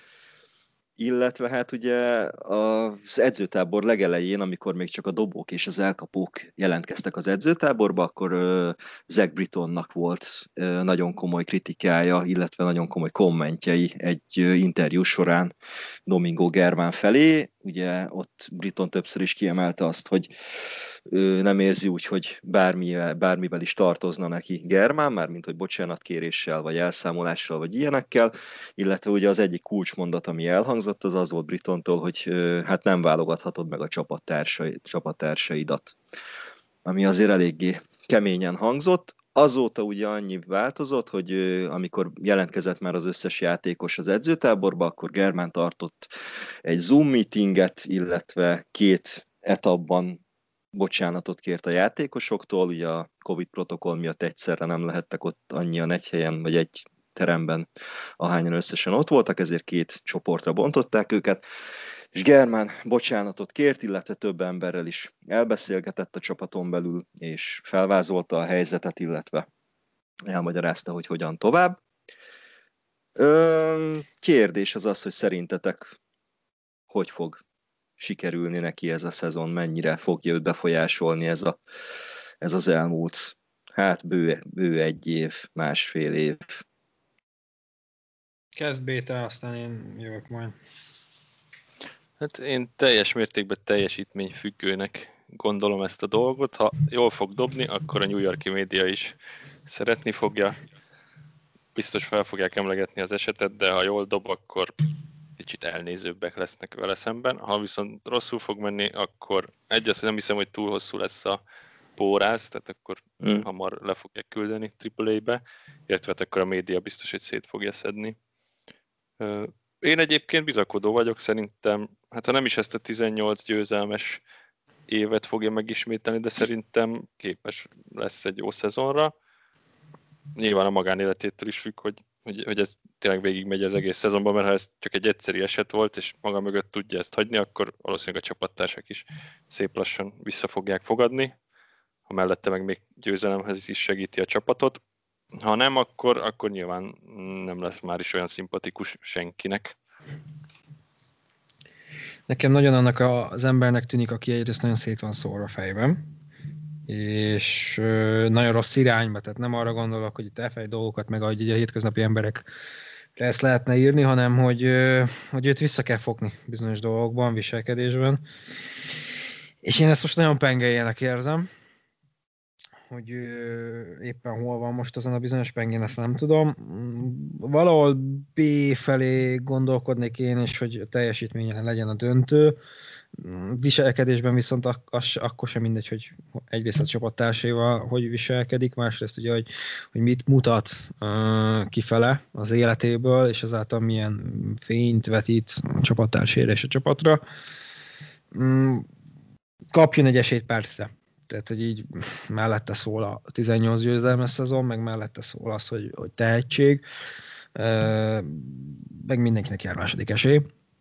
Illetve hát ugye az edzőtábor legelején, amikor még csak a dobók és az elkapók jelentkeztek az edzőtáborba, akkor Zach Brittonnak volt nagyon komoly kritikája, illetve nagyon komoly kommentjei egy interjú során Domingo Germán felé. Ugye ott Britton többször is kiemelte azt, hogy nem érzi úgy, hogy bármivel is tartozna neki Germán, mármint hogy bocsánatkéréssel, vagy elszámolással, vagy ilyenekkel, illetve ugye az egyik kulcsmondat, ami elhangzott, az volt Brittontól, hogy hát nem válogathatod meg a csapattársaidat, ami azért eléggé keményen hangzott. Azóta ugye annyi változott, hogy amikor jelentkezett már az összes játékos az edzőtáborba, akkor Germán tartott egy Zoom meetinget, illetve 2 etapban bocsánatot kért a játékosoktól, ugye a Covid protokoll miatt egyszerre nem lehettek ott annyian egy helyen, vagy egy teremben, ahányan összesen ott voltak, ezért 2 csoportra bontották őket, és Germán bocsánatot kért, illetve több emberrel is elbeszélgetett a csapaton belül, és felvázolta a helyzetet, illetve elmagyarázta, hogy hogyan tovább. Kérdés az, hogy szerintetek hogy fog sikerülni neki ez a szezon, mennyire fogja őt befolyásolni ez az elmúlt, hát bő 1 év, 1,5 év. Kezd Béta, aztán én jövök majd. Hát én teljes mértékben teljesítményfüggőnek gondolom ezt a dolgot. Ha jól fog dobni, akkor a New York-i média is szeretni fogja. Biztos fel fogják emlegetni az esetet, de ha jól dob, akkor kicsit elnézőbbek lesznek vele szemben. Ha viszont rosszul fog menni, akkor nem hiszem, hogy túl hosszú lesz a póráz, tehát akkor hamar le fogják küldeni AAA-be, illetve akkor a média biztos, hogy szét fogja szedni. Én egyébként bizakodó vagyok, szerintem, hát ha nem is ezt a 18 győzelmes évet fogja megismételni, de szerintem képes lesz egy jó szezonra. Nyilván a magánéletétől is függ, hogy ez tényleg végigmegy az egész szezonban, mert ha ez csak egy egyszeri eset volt, és maga mögött tudja ezt hagyni, akkor valószínűleg a csapattársak is szép lassan vissza fogják fogadni. ha mellette meg még győzelemhez is segíti a csapatot. Ha nem, akkor nyilván nem lesz már is olyan szimpatikus senkinek. Nekem nagyon annak az embernek tűnik, aki egyrészt nagyon szét van szórva fejben, és nagyon rossz irányba, tehát nem arra gondolok, hogy itt elfelejt dolgokat, meg ahogy a hétköznapi emberek ezt lehetne írni, hanem hogy őt vissza kell fogni bizonyos dolgokban, viselkedésben. És én ezt most nagyon pengelyenek érzem, hogy éppen hol van most azon a bizonyos pengén, ezt nem tudom. Valahol B felé gondolkodnék én, és hogy teljesítményen legyen a döntő. Viselkedésben viszont akkor sem mindegy, hogy egyrészt a csapattársaival hogy viselkedik, másrészt ugye, hogy mit mutat kifele az életéből, és ezáltal milyen fényt vetít a csapattársaira és a csapatra. Kapjon egy esélyt persze. Tehát, hogy így mellette szól a 18 győzelmes szezon, meg mellette szól az, hogy tehetség, meg mindenkinek jár második esély.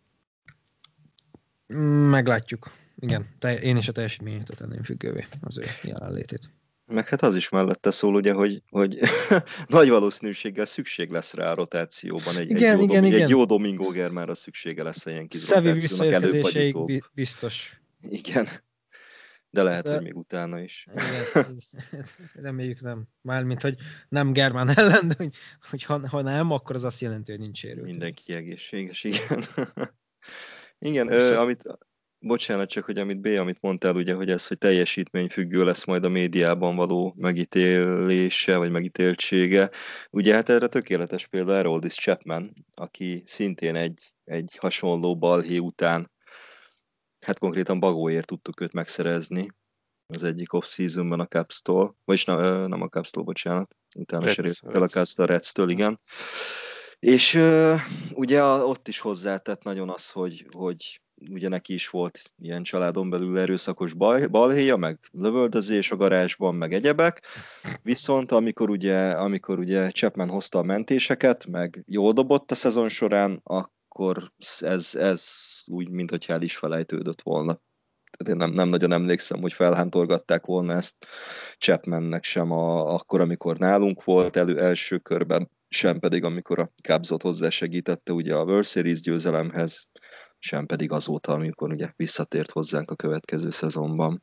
Meglátjuk. Igen, én is a teljesítményét tenném függővé az ő jelenlétét. Meg hát az is mellette szól, ugye, hogy nagy valószínűséggel szükség lesz rá a rotációban. Egy jó Domingo Germánra szüksége lesz a Yankees rotációnak előbb vagy utóbb. Biztos. Igen. De lehet, hogy még utána is. Igen, reméljük nem. Mármint, hogy nem Germán ellen, de hogy ha nem, akkor az azt jelenti, hogy nincs sérült. Mindenki egészséges, igen. Igen, bocsánat csak, hogy amit mondtál, ugye, hogy ez, hogy teljesítményfüggő lesz majd a médiában való megítélése, vagy megítéltsége. Ugye hát erre tökéletes példa Aroldis Chapman, aki szintén egy hasonló balhé után, hát konkrétan bagóért tudtuk őt megszerezni az egyik off-seasonban a Cubs-tól, vagyis nem a Cubs-tól, bocsánat, utána seréltek el a Cubs-től, a Reds-től, igen. És ugye ott is hozzátett nagyon az, hogy ugye neki is volt ilyen családon belül erőszakos balhéja, meg lövöldözés a garázsban, meg egyebek, viszont amikor ugye Chapman hozta a mentéseket, meg jól dobott a szezon során, akkor ez úgy, minthogyha el is felejtődött volna. Tehát én nem nagyon emlékszem, hogy felhántorgatták volna ezt Chapmannek sem akkor, amikor nálunk volt első körben, sem pedig amikor a Cubsot hozzásegítette ugye a World Series győzelemhez, sem pedig azóta, amikor ugye visszatért hozzánk a következő szezonban.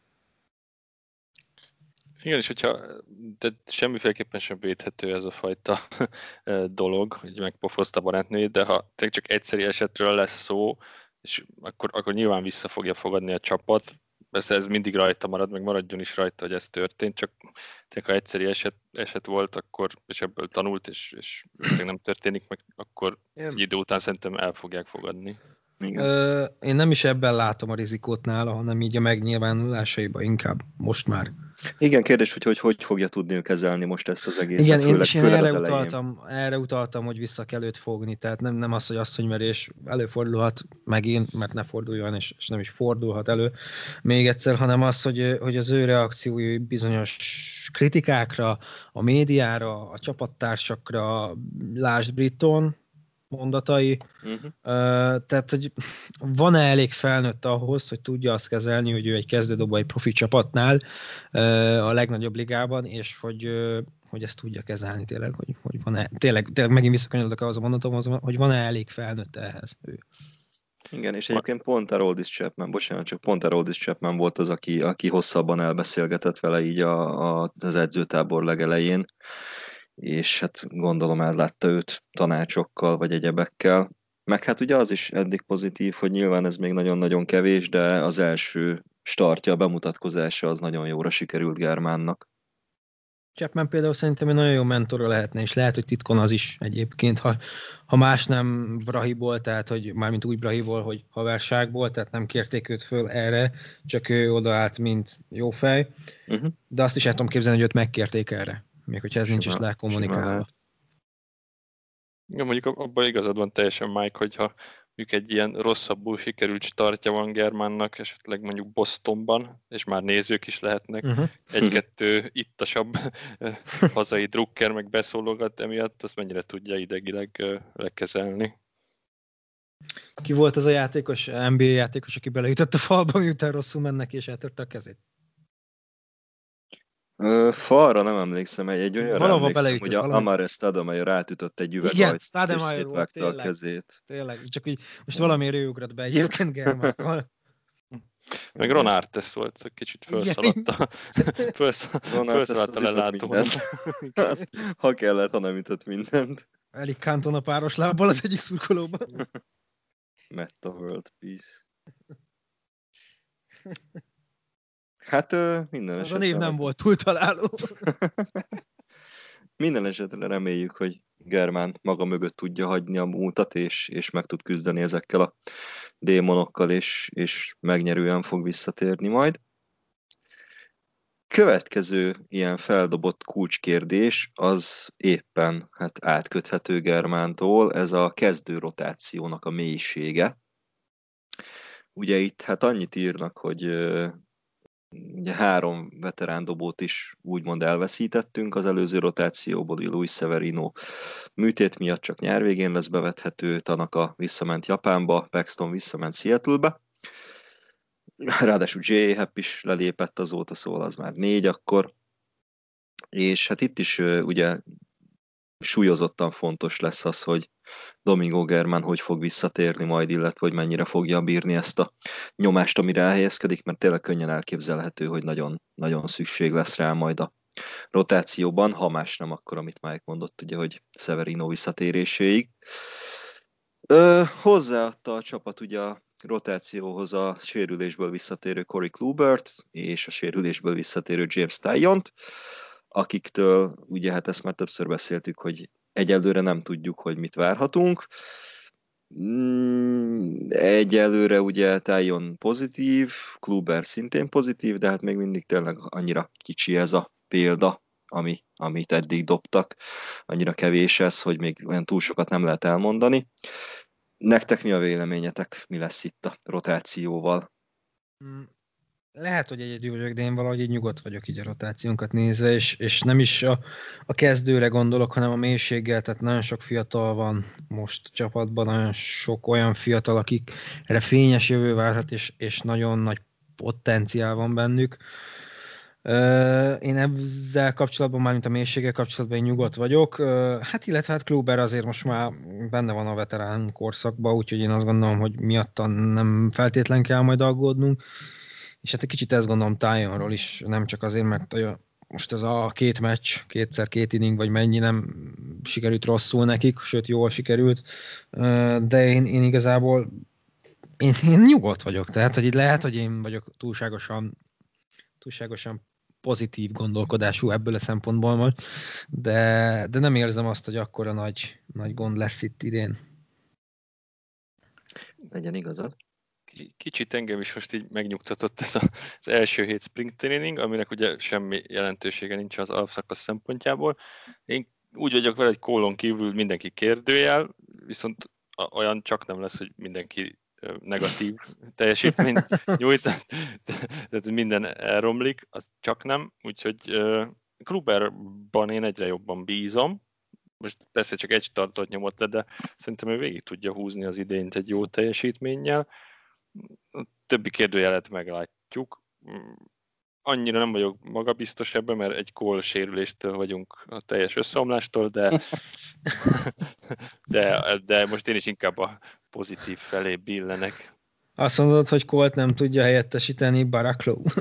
Igen, és de semmiféleképpen sem védhető ez a fajta dolog, hogy megpofozta a barátnőjét, de ha csak egyszeri esetről lesz szó, és akkor nyilván vissza fogja fogadni a csapat. Persze ez mindig rajta marad, meg maradjon is rajta, hogy ez történt, csak ha egyszeri eset volt, akkor, és ebből tanult, és nem történik meg, akkor egy idő után szerintem el fogják fogadni. Én nem is ebben látom a rizikót nála, hanem így a megnyilvánulásaiba inkább most már. Igen, kérdés, hogy fogja tudni kezelni most ezt az egészet. Igen, én erre utaltam, hogy vissza kell őt fogni, tehát nem az, hogy asszonyverés előfordulhat megint, mert ne forduljon, és nem is fordulhat elő még egyszer, hanem az, hogy az ő reakciói bizonyos kritikákra, a médiára, a csapattársakra, lásd Britton mondatai, tehát, hogy van-e elég felnőtt ahhoz, hogy tudja azt kezelni, hogy ő egy kezdődobó egy profi csapatnál a legnagyobb ligában, és hogy ezt tudja kezelni tényleg, hogy van-e, tényleg megint visszakanyarodok ahhoz a mondatomhoz, hogy van-e elég felnőtt ehhez ő. Igen, és egyébként pont Aroldis Chapman volt az, aki hosszabban elbeszélgetett vele így az edzőtábor legelején, és hát gondolom ellátta őt tanácsokkal, vagy egyebekkel. Meg hát ugye az is eddig pozitív, hogy nyilván ez még nagyon-nagyon kevés, de az első startja, a bemutatkozása az nagyon jóra sikerült Germánnak. Chapman például szerintem egy nagyon jó mentora lehetne, és lehet, hogy titkon az is egyébként, ha más nem Brahiból, tehát hogy mármint úgy Brahiból, hogy haverságból, tehát nem kérték őt föl erre, csak ő odaállt, mint jó fej, de azt is el tudom képzelni, hogy őt megkérték erre. Még hogyha ez nincs is lekommunikálva. Ja, mondjuk abban igazad van teljesen, Mike, hogyha mondjuk egy ilyen rosszabbul sikerült startja van Germánnak, esetleg mondjuk Bostonban, és már nézők is lehetnek, egy-kettő ittasabb hazai drukker meg beszólogat emiatt, azt mennyire tudja idegileg lekezelni. Ki volt az a játékos, NBA játékos, aki beleütött a falba, miután rosszul mennek és eltörte a kezét? Falra nem emlékszem, egy olyanra Valahova emlékszem, beleütött, hogy Amare Stoudemire rátütött egy Igen, üvegajtót, és Stoudemire volt, szétvágta a tényleg. kezét. Tényleg, csak így most valamiért ő ugrott be egyébként Germánról. Meg Ron Artest volt, kicsit felszaladta. Felszaladta lelátóan. Ha kellett, ha nem ütött mindent. Eric Cantona páros lábbal az egyik szurkolóban. Metta World Peace. Hát minden Az esetre... a név nem volt túl találó. Minden esetre reméljük, hogy Germán maga mögött tudja hagyni a múltat, és meg tud küzdeni ezekkel a démonokkal, és megnyerően fog visszatérni majd. Következő ilyen feldobott kulcskérdés az éppen átköthető Germántól, ez a kezdő rotációnak a mélysége. Ugye itt annyit írnak, hogy ugye 3 veterándobót is úgymond elveszítettünk az előző rotációból, Luis Severino műtét miatt csak nyár végén lesz bevethető, Tanaka visszament Japánba, Paxton visszament Seattle-be, ráadásul J-Happ is lelépett azóta, szóval az már 4 akkor, és itt is ugye súlyozottan fontos lesz az, hogy Domingo Germán hogy fog visszatérni majd, illetve hogy mennyire fogja bírni ezt a nyomást, amire elhelyezkedik, mert tényleg könnyen elképzelhető, hogy nagyon, nagyon szükség lesz rá majd a rotációban, ha más nem akkor, amit Mike mondott, ugye, hogy Severino visszatéréséig. Hozzáadta a csapat ugye a rotációhoz a sérülésből visszatérő Corey Klubert és a sérülésből visszatérő James Tyont, akiktől ugye ezt már többször beszéltük, hogy egyelőre nem tudjuk, hogy mit várhatunk. Egyelőre ugye Tyon pozitív, Kluber szintén pozitív, de még mindig tényleg annyira kicsi ez a példa, amit eddig dobtak. Annyira kevés ez, hogy még olyan túl sokat nem lehet elmondani. Nektek mi a véleményetek, mi lesz itt a rotációval? Lehet, hogy egyedül vagyok, de én valahogy így nyugodt vagyok így a rotációnkat nézve, és nem is a kezdőre gondolok, hanem a mélységgel, tehát nagyon sok fiatal van most a csapatban, nagyon sok olyan fiatal, akikre fényes jövő várhat, és nagyon nagy potenciál van bennük. Én ezzel kapcsolatban, mármint a mélységgel kapcsolatban én nyugodt vagyok. Illetve Kluber azért most már benne van a veterán korszakban, úgyhogy én azt gondolom, hogy miatta nem feltétlen kell majd aggódnunk. És egy kicsit ezt gondolom Tyonról is, nem csak azért, mert most ez a 2 meccs, 2x2 inning, vagy mennyi nem sikerült rosszul nekik, sőt jól sikerült, de én igazából én nyugodt vagyok, tehát hogy lehet, hogy én vagyok túlságosan pozitív gondolkodású ebből a szempontból majd, de nem érzem azt, hogy akkora nagy gond lesz itt idén. Legyen igazad. Kicsit engem is most így megnyugtatott ez az első hét spring training, aminek ugye semmi jelentősége nincs az alapszakasz szempontjából. Én úgy vagyok vele, hogy Cole-on kívül mindenki kérdőjel, viszont olyan csak nem lesz, hogy mindenki negatív teljesítményt nyújt, tehát minden elromlik, az csak nem, úgyhogy Kluberban én egyre jobban bízom. Most persze csak egy startot nyomott le, de szerintem ő végig tudja húzni az idényt egy jó teljesítménnyel. A többi kérdőjelet meglátjuk. Annyira nem vagyok magabiztos ebben, mert egy Cole sérüléstől vagyunk a teljes összeomlástól, de most én is inkább a pozitív felé billenek. Azt mondod, hogy Colt nem tudja helyettesíteni Barack Lowe.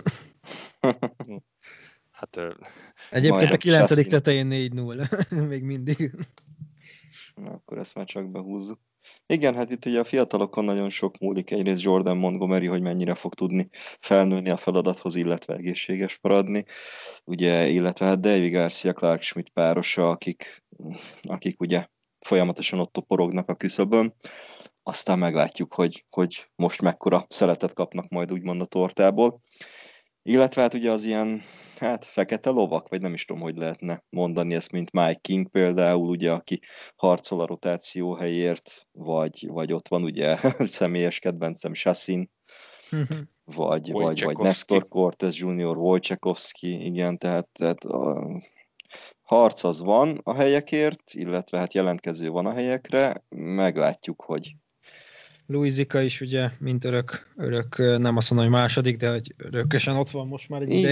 Egyébként a 9. tetején 4-0. Még mindig. Na, akkor ezt már csak behúzzuk. Igen, itt ugye a fiatalokon nagyon sok múlik. Egyrészt Jordan Montgomery, hogy mennyire fog tudni felnőni a feladathoz, illetve egészséges maradni. Ugye, illetve Davy Garcia, Clark Schmidt párosa, akik ugye folyamatosan ott toporognak a küszöbön. Aztán meglátjuk, hogy most mekkora szeletet kapnak majd úgymond a tortából. Illetve ugye az ilyen, fekete lovak, vagy nem is tudom, hogy lehetne mondani ezt, mint Mike King például, ugye, aki harcol a rotáció helyért, vagy ott van ugye személyes kedvencem Chassin, vagy Nestor Cortez Jr., Wojciechowski, igen, tehát a harc az van a helyekért, illetve jelentkező van a helyekre, meglátjuk, hogy Luizika is ugye, mint örök, nem azt mondom, hogy második, de hogy örökösen ott van most már egy ideje. Igen,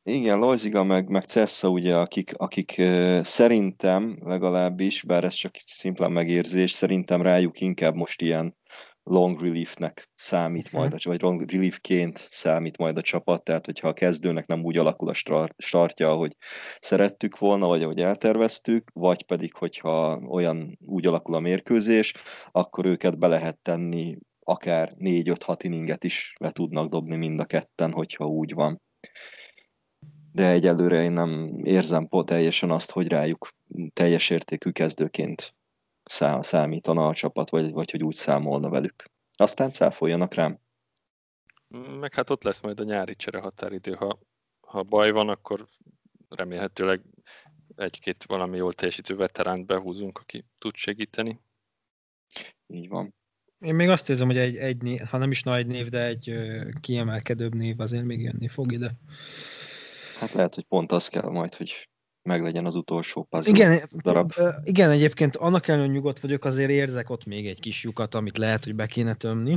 Igen, Loiziga meg Cessa, ugye, akik szerintem legalábbis, bár ez csak szimplán megérzés, szerintem rájuk inkább most ilyen long reliefnek számít majd, vagy long reliefként számít majd a csapat, tehát hogyha a kezdőnek nem úgy alakul a startja, ahogy szerettük volna, vagy ahogy elterveztük, vagy pedig, hogyha olyan úgy alakul a mérkőzés, akkor őket be lehet tenni, akár 4-5-6 inninget is le tudnak dobni mind a ketten, hogyha úgy van. De egyelőre én nem érzem teljesen azt, hogy rájuk teljes értékű kezdőként számítana a csapat, vagy hogy úgy számolna velük. Aztán cáfoljanak rám. Meg hát ott lesz majd a nyári csere határidő. Ha baj van, akkor remélhetőleg egy-két valami jól teljesítő veteránt behúzunk, aki tud segíteni. Így van. Én még azt érzem, hogy egy név, ha nem is nagy név, de egy kiemelkedőbb név azért még jönni fog ide. Hát lehet, hogy pont az kell majd, hogy meglegyen az utolsó puzzle darab. Igen, egyébként annak ellenőre nyugodt vagyok, azért érzek ott még egy kis lyukat, amit lehet, hogy be kéne tömni.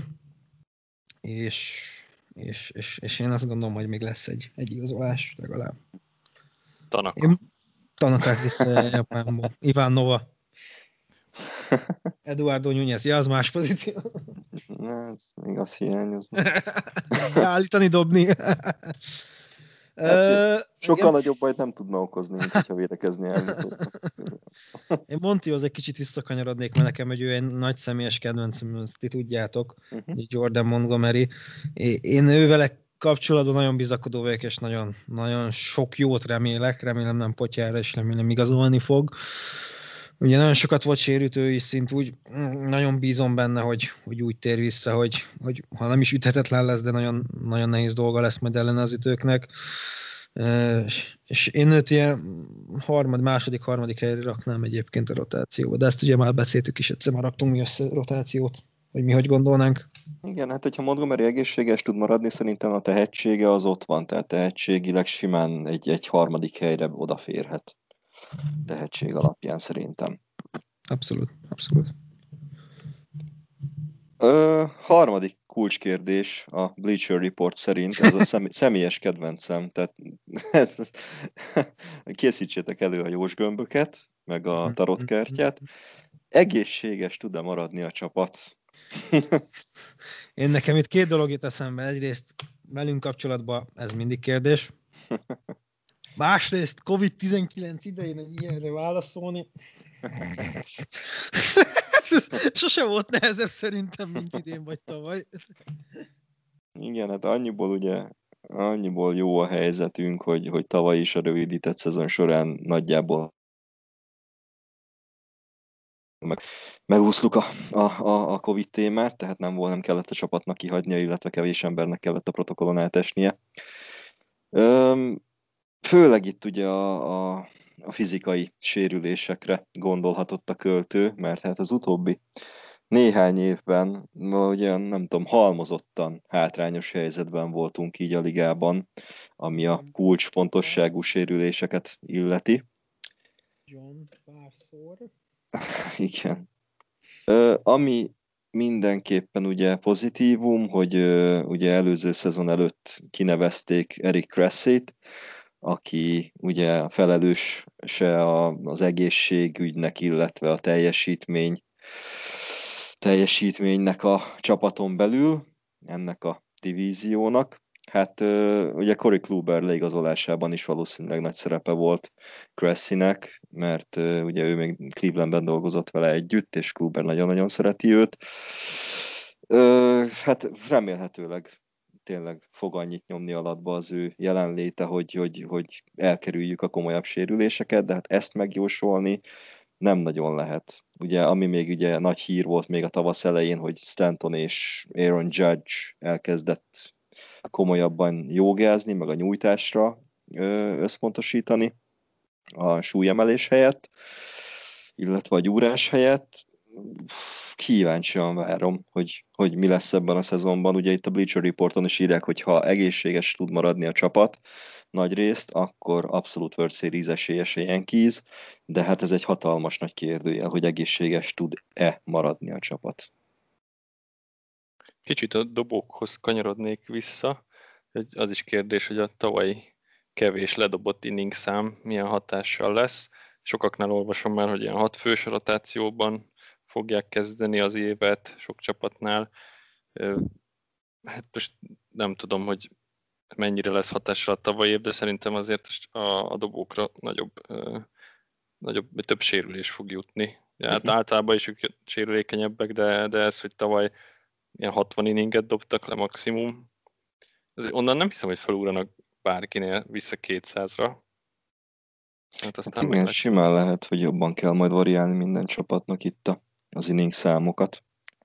És én azt gondolom, hogy még lesz egy igazolás legalább. Tanakát vissza Japánból. Iván Nova. Eduardo Núñez, az más pozíció. Ez még az hiányozna. Állítani, dobni. Sokkal nagyobb bajt nem tudna okozni, mint hogyha védekezni eljutott. Én Montyhoz egy kicsit visszakanyarodnék, mert nekem ő egy nagy személyes kedvencem, ezt ti tudjátok, Jordan Montgomery. Én ővele kapcsolatban nagyon bizakodó vagyok, és nagyon, nagyon sok jót remélem nem potyára, és remélem igazolni fog. Ugye nagyon sokat volt sérült ő is szint, úgy nagyon bízom benne, hogy úgy tér vissza, hogy ha nem is üthetetlen lesz, de nagyon, nagyon nehéz dolga lesz majd ellen az ütőknek. És én őt ilyen második, helyre raknám egyébként a rotációba, de ezt ugye már beszéltük is, egyszer már raktunk mi össze rotációt, hogy mi hogy gondolnánk. Igen, hát hogyha Montgomery egészséges tud maradni, szerintem a tehetsége az ott van, tehát tehetségileg simán egy harmadik helyre odaférhet. Tehetség alapján szerintem. Abszolút. Harmadik kulcskérdés a Bleacher Report szerint, ez a személyes kedvencem, tehát készítsétek elő a jósgömböket, meg a tarotkártyát. Egészséges tud-e maradni a csapat? Én nekem itt két dolog jut eszembe. Egyrészt velünk kapcsolatban ez mindig kérdés. Másrészt COVID-19 idején egy ilyenre válaszolni. Sose volt nehezebb szerintem, mint idén vagy tavaly. Igen, hát annyiból jó a helyzetünk, hogy tavaly is a rövidített szezon során nagyjából megúszluk a Covid témát, tehát nem kellett a csapatnak kihagynia, illetve kevés embernek kellett a protokollon átesnie. Főleg itt ugye a fizikai sérülésekre gondolhatott a költő, mert hát az utóbbi néhány évben, ugye nem tudom, halmozottan hátrányos helyzetben voltunk így a ligában, ami a kulcsfontosságú sérüléseket illeti. John párszor. Igen. Ami mindenképpen ugye pozitívum, hogy ugye előző szezon előtt kinevezték Eric Cressy-t, aki ugye felelőse az egészségügynek, illetve a teljesítménynek a csapaton belül, ennek a divíziónak. Hát ugye Corey Kluber leigazolásában is valószínűleg nagy szerepe volt Cressy-nek, mert ugye ő még Clevelandben dolgozott vele együtt, és Kluber nagyon-nagyon szereti őt. Hát remélhetőleg tényleg fog annyit nyomni alatba az ő jelenléte, hogy elkerüljük a komolyabb sérüléseket, de hát ezt megjósolni nem nagyon lehet. Ugye, ami még ugye nagy hír volt még a tavasz elején, hogy Stanton és Aaron Judge elkezdett komolyabban jogázni, meg a nyújtásra összpontosítani a súlyemelés helyett, illetve a gyúrás helyett. Kíváncsian várom, hogy mi lesz ebben a szezonban. Ugye itt a Bleacher Reporton is írják, hogy ha egészséges tud maradni a csapat nagy részt, akkor abszolút World Series esélyes a Yankees, de hát ez egy hatalmas nagy kérdőjel, hogy egészséges tud-e maradni a csapat. Kicsit a dobókhoz kanyarodnék vissza. Az is kérdés, hogy a tavalyi kevés ledobott inning szám milyen hatással lesz. Sokaknál olvasom már, hogy ilyen 6 fős rotációban fogják kezdeni az évet, sok csapatnál. Hát most nem tudom, hogy mennyire lesz hatással a tavalyi év, de szerintem azért a dobókra több sérülés fog jutni. Hát általában is ők sérülékenyebbek, de ez, hogy tavaly ilyen 60 inninget dobtak le maximum, onnan nem hiszem, hogy felugranak bárkinél vissza 200-ra. Hát aztán igen, simán lehet, hogy jobban kell majd variálni minden csapatnak itt az inning számokat.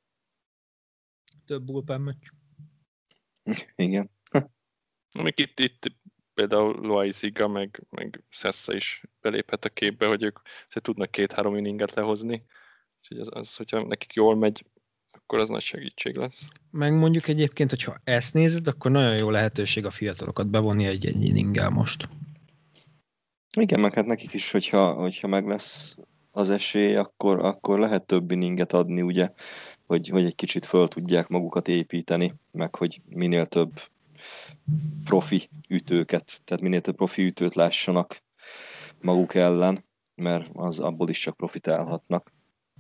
Több bullpen meccs. Igen. Amik itt például Loaiziga meg Sessa is beléphet a képbe, hogy ők tudnak 2-3 inninget lehozni. És az, hogyha nekik jól megy, akkor az nagy segítség lesz. Meg mondjuk egyébként, hogyha ezt nézed, akkor nagyon jó lehetőség a fiatalokat bevonni egy inninggel most. Igen, meg hát nekik is, hogyha meg lesz az esély, akkor lehet több inninget adni, ugye, hogy egy kicsit föl tudják magukat építeni, meg hogy minél több profi ütőket, tehát minél több profi ütőt lássanak maguk ellen, mert abból is csak profitálhatnak.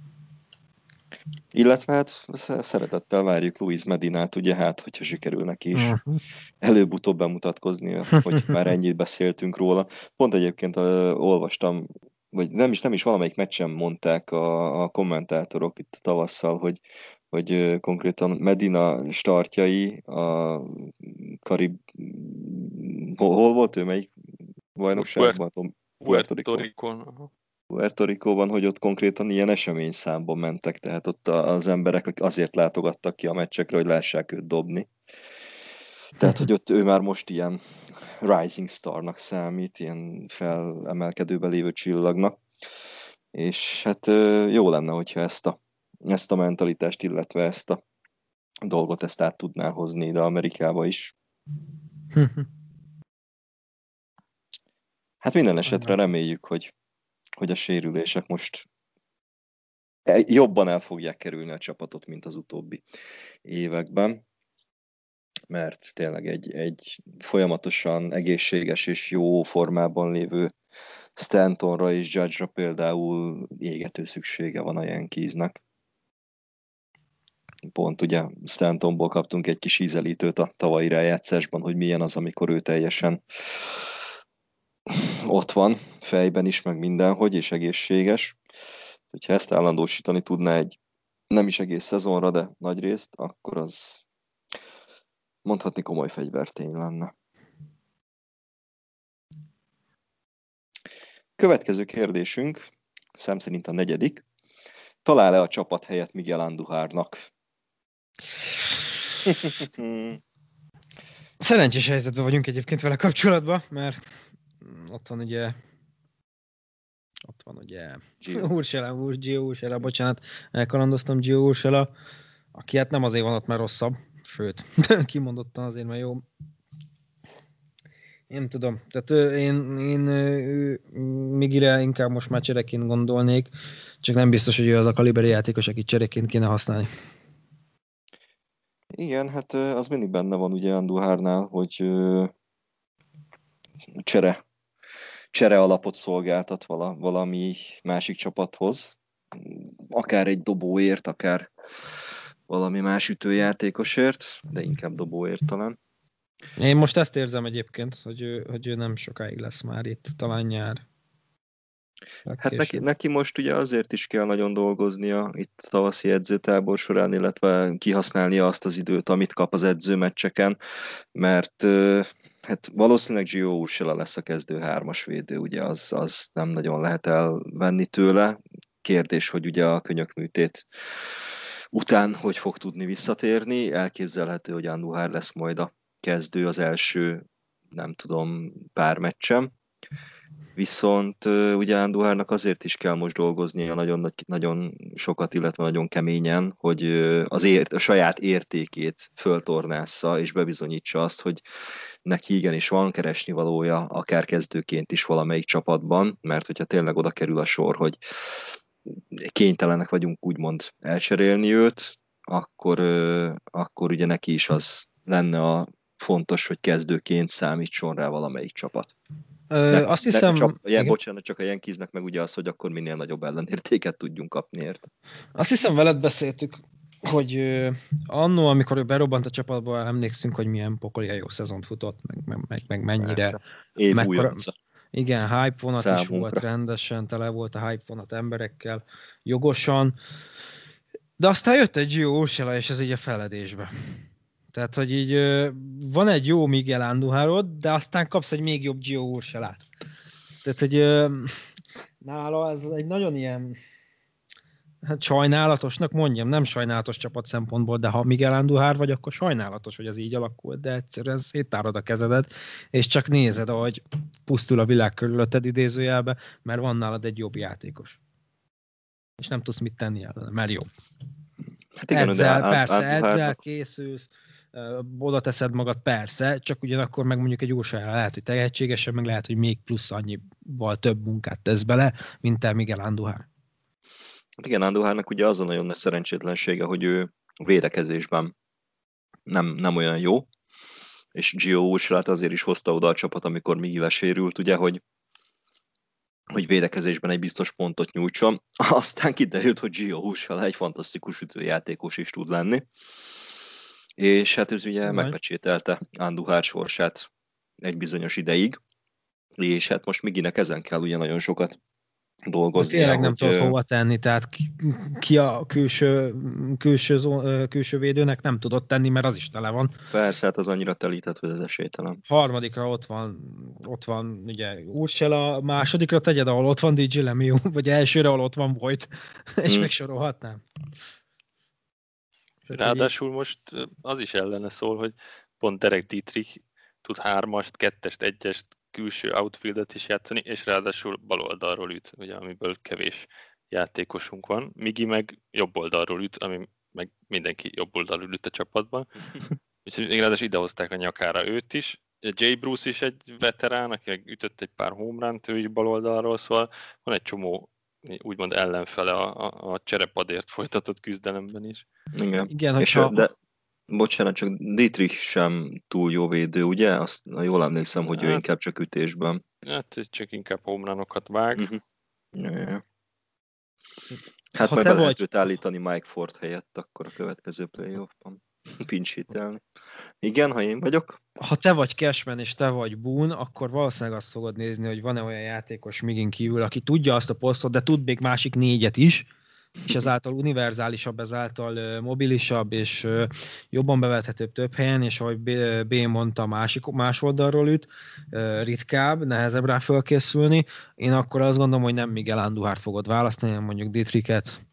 Illetve hát szeretettel várjuk Luis Medinát, ugye hogyha sikerül neki is előbb-utóbb bemutatkozni, hogy már ennyit beszéltünk róla. Pont egyébként olvastam, vagy nem is valamelyik meccsen mondták a kommentátorok itt tavasszal, hogy konkrétan Medina startjai a hol volt ő, melyik bajnokságban? Puerto Ricóban, hogy ott konkrétan ilyen eseményszámban mentek, tehát ott az emberek azért látogattak ki a meccsekre, hogy lássák őt dobni. Tehát, hogy ott ő már most ilyen rising starnak számít, ilyen felemelkedőbe lévő csillagnak. És hát jó lenne, hogyha ezt a mentalitást, illetve ezt a dolgot ezt át tudná hozni ide Amerikába is. Hát minden esetre reméljük, hogy a sérülések most jobban el fogják kerülni a csapatot, mint az utóbbi években, mert tényleg egy folyamatosan egészséges és jó formában lévő Stantonra és Judge-ra például égető szüksége van a Yankeesnek. Pont ugye Stantonból kaptunk egy kis ízelítőt a tavalyi rájátszásban, hogy milyen az, amikor ő teljesen ott van, fejben is, meg mindenhogy, és egészséges. Hogyha ezt állandósítani tudná egy nem is egész szezonra, de nagy részt, akkor az mondhatni komoly fegyvertény lenne. Következő kérdésünk, szám szerint a 4. Talál-e a csapat helyet Miguel Andújarnak? Szerencsés helyzetben vagyunk egyébként vele kapcsolatban, mert ott van ugye Gio Urshela, bocsánat, elkalandoztam, Gio Urshela, aki hát nem azért van ott, mert rosszabb, sőt, kimondottan azért, mert jó. Nem tudom, tehát én Migire inkább most már csereként gondolnék, csak nem biztos, hogy ő az a kaliberi játékos, akit csereként kéne használni. Igen, hát az mindig benne van ugye Andújarnál, hogy csere alapot szolgáltat valami másik csapathoz, akár egy dobóért, akár valami más ütőjátékosért, de inkább dobóért talán. Én most ezt érzem egyébként, hogy ő nem sokáig lesz már itt, talán nyár. Hát neki most ugye azért is kell nagyon dolgoznia itt tavaszi edzőtábor során, illetve kihasználnia azt az időt, amit kap az edzőmeccseken, mert hát valószínűleg Gio Urshela lesz a kezdő 3-as védő, ugye az nem nagyon lehet elvenni tőle. Kérdés, hogy ugye a könyökműtét után hogy fog tudni visszatérni. Elképzelhető, hogy Andújar lesz majd a kezdő az első, nem tudom, pár meccsem. Viszont ugye Andújarnak azért is kell most dolgoznia nagyon sokat, illetve nagyon keményen, hogy a saját értékét föltornásza, és bebizonyítsa azt, hogy neki igenis van keresnivalója, akár kezdőként is valamelyik csapatban, mert hogyha tényleg oda kerül a sor, hogy kénytelenek vagyunk úgymond elcserélni őt, akkor ugye neki is az lenne a fontos, hogy kezdőként számítson rá valamelyik csapat. Azt hiszem... Bocsánat, csak a Yankeesnek meg ugye az, hogy akkor minél nagyobb ellenértéket tudjunk kapni érte. Azt hiszem veled beszéltük, hogy annó, amikor ő berobbant a csapatba, emlékszünk, hogy milyen pokolian jó szezont futott, meg mennyire... Év újonca. Igen, hype vonat számunkra. Is volt rendesen, tele volt a hype vonat emberekkel, jogosan. De aztán jött egy Gio Urshela, és ez így a feledésbe. Tehát, hogy így van egy jó Miguel Andújárod, de aztán kapsz egy még jobb Gio Urselát. Tehát, hogy nála ez egy nagyon ilyen sajnálatosnak mondjam, nem sajnálatos csapat szempontból, de ha Miguel Andújar vagy, akkor sajnálatos, hogy ez így alakult, de egyszerűen széttárod a kezedet, és csak nézed, ahogy pusztul a világ körülötted idézőjelbe, mert van nálad egy jobb játékos. És nem tudsz mit tenni ellene, mert jó. Hát igen, edzel, készülsz, oda teszed magad, persze, csak ugyanakkor meg mondjuk egy Urshela lehet, hogy tehetségesen, meg lehet, hogy még plusz annyival több munkát tesz bele, mint te Miguel Andújar. Hát igen, Andújárnak ugye az a nagyon nagy szerencsétlensége, hogy ő védekezésben nem olyan jó, és Gio Urselát azért is hozta oda a csapat, amikor Miguel sérült, ugye, hogy védekezésben egy biztos pontot nyújtson. Aztán kiderült, hogy Gio Urshela egy fantasztikus ütőjátékos is tud lenni, és hát ez ugye megpecsételte Andújar sorsát egy bizonyos ideig, és hát most Miginek ezen kell ugye nagyon sokat dolgozni. Tényleg nem tudod hova tenni, tehát ki a külső védőnek nem tudod tenni, mert az is tele van. Persze, hát az annyira telített, hogy ez esélytelen. Harmadikra ott van ugye Urshela, másodikra tegyed, ahol ott van DJ LeMahieu, vagy elsőre, ahol ott van Voit, és megsorolhatnám. Ráadásul most az is ellene szól, hogy pont Derek Dietrich tud 3-ast, 2-est, 1-est, külső outfieldet is játszani, és ráadásul bal oldalról üt, ugye, amiből kevés játékosunk van. Migi meg jobb oldalról üt, ami meg mindenki jobb oldalról üt a csapatban. És ráadásul idehozták a nyakára őt is. Jay Bruce is egy veterán, aki ütött egy pár home runt, ő is bal oldalról, szóval van egy csomó úgymond ellenfele a cserepadért folytatott küzdelemben is. Igen, és bocsánat, csak Dietrich sem túl jó védő, ugye? Azt jól emlékszem, hogy ő inkább csak ütésben. Hát csak inkább home-runokat vág. Hát ha majd be lehet őt állítani Mike Ford helyett akkor a következő playoffban. Pinch hitelni. Igen, ha én vagyok. Ha te vagy Cashman és te vagy Boone, akkor valószínűleg azt fogod nézni, hogy van-e olyan játékos Migin kívül, aki tudja azt a posztot, de tud még másik 4-et is, és ezáltal univerzálisabb, ezáltal mobilisabb, és jobban bevethetőbb több helyen, és ahogy B mondta, más oldalról üt, ritkább, nehezebb rá fölkészülni. Én akkor azt gondolom, hogy nem Miguel Andújárt fogod választani, hanem mondjuk Dietrichet.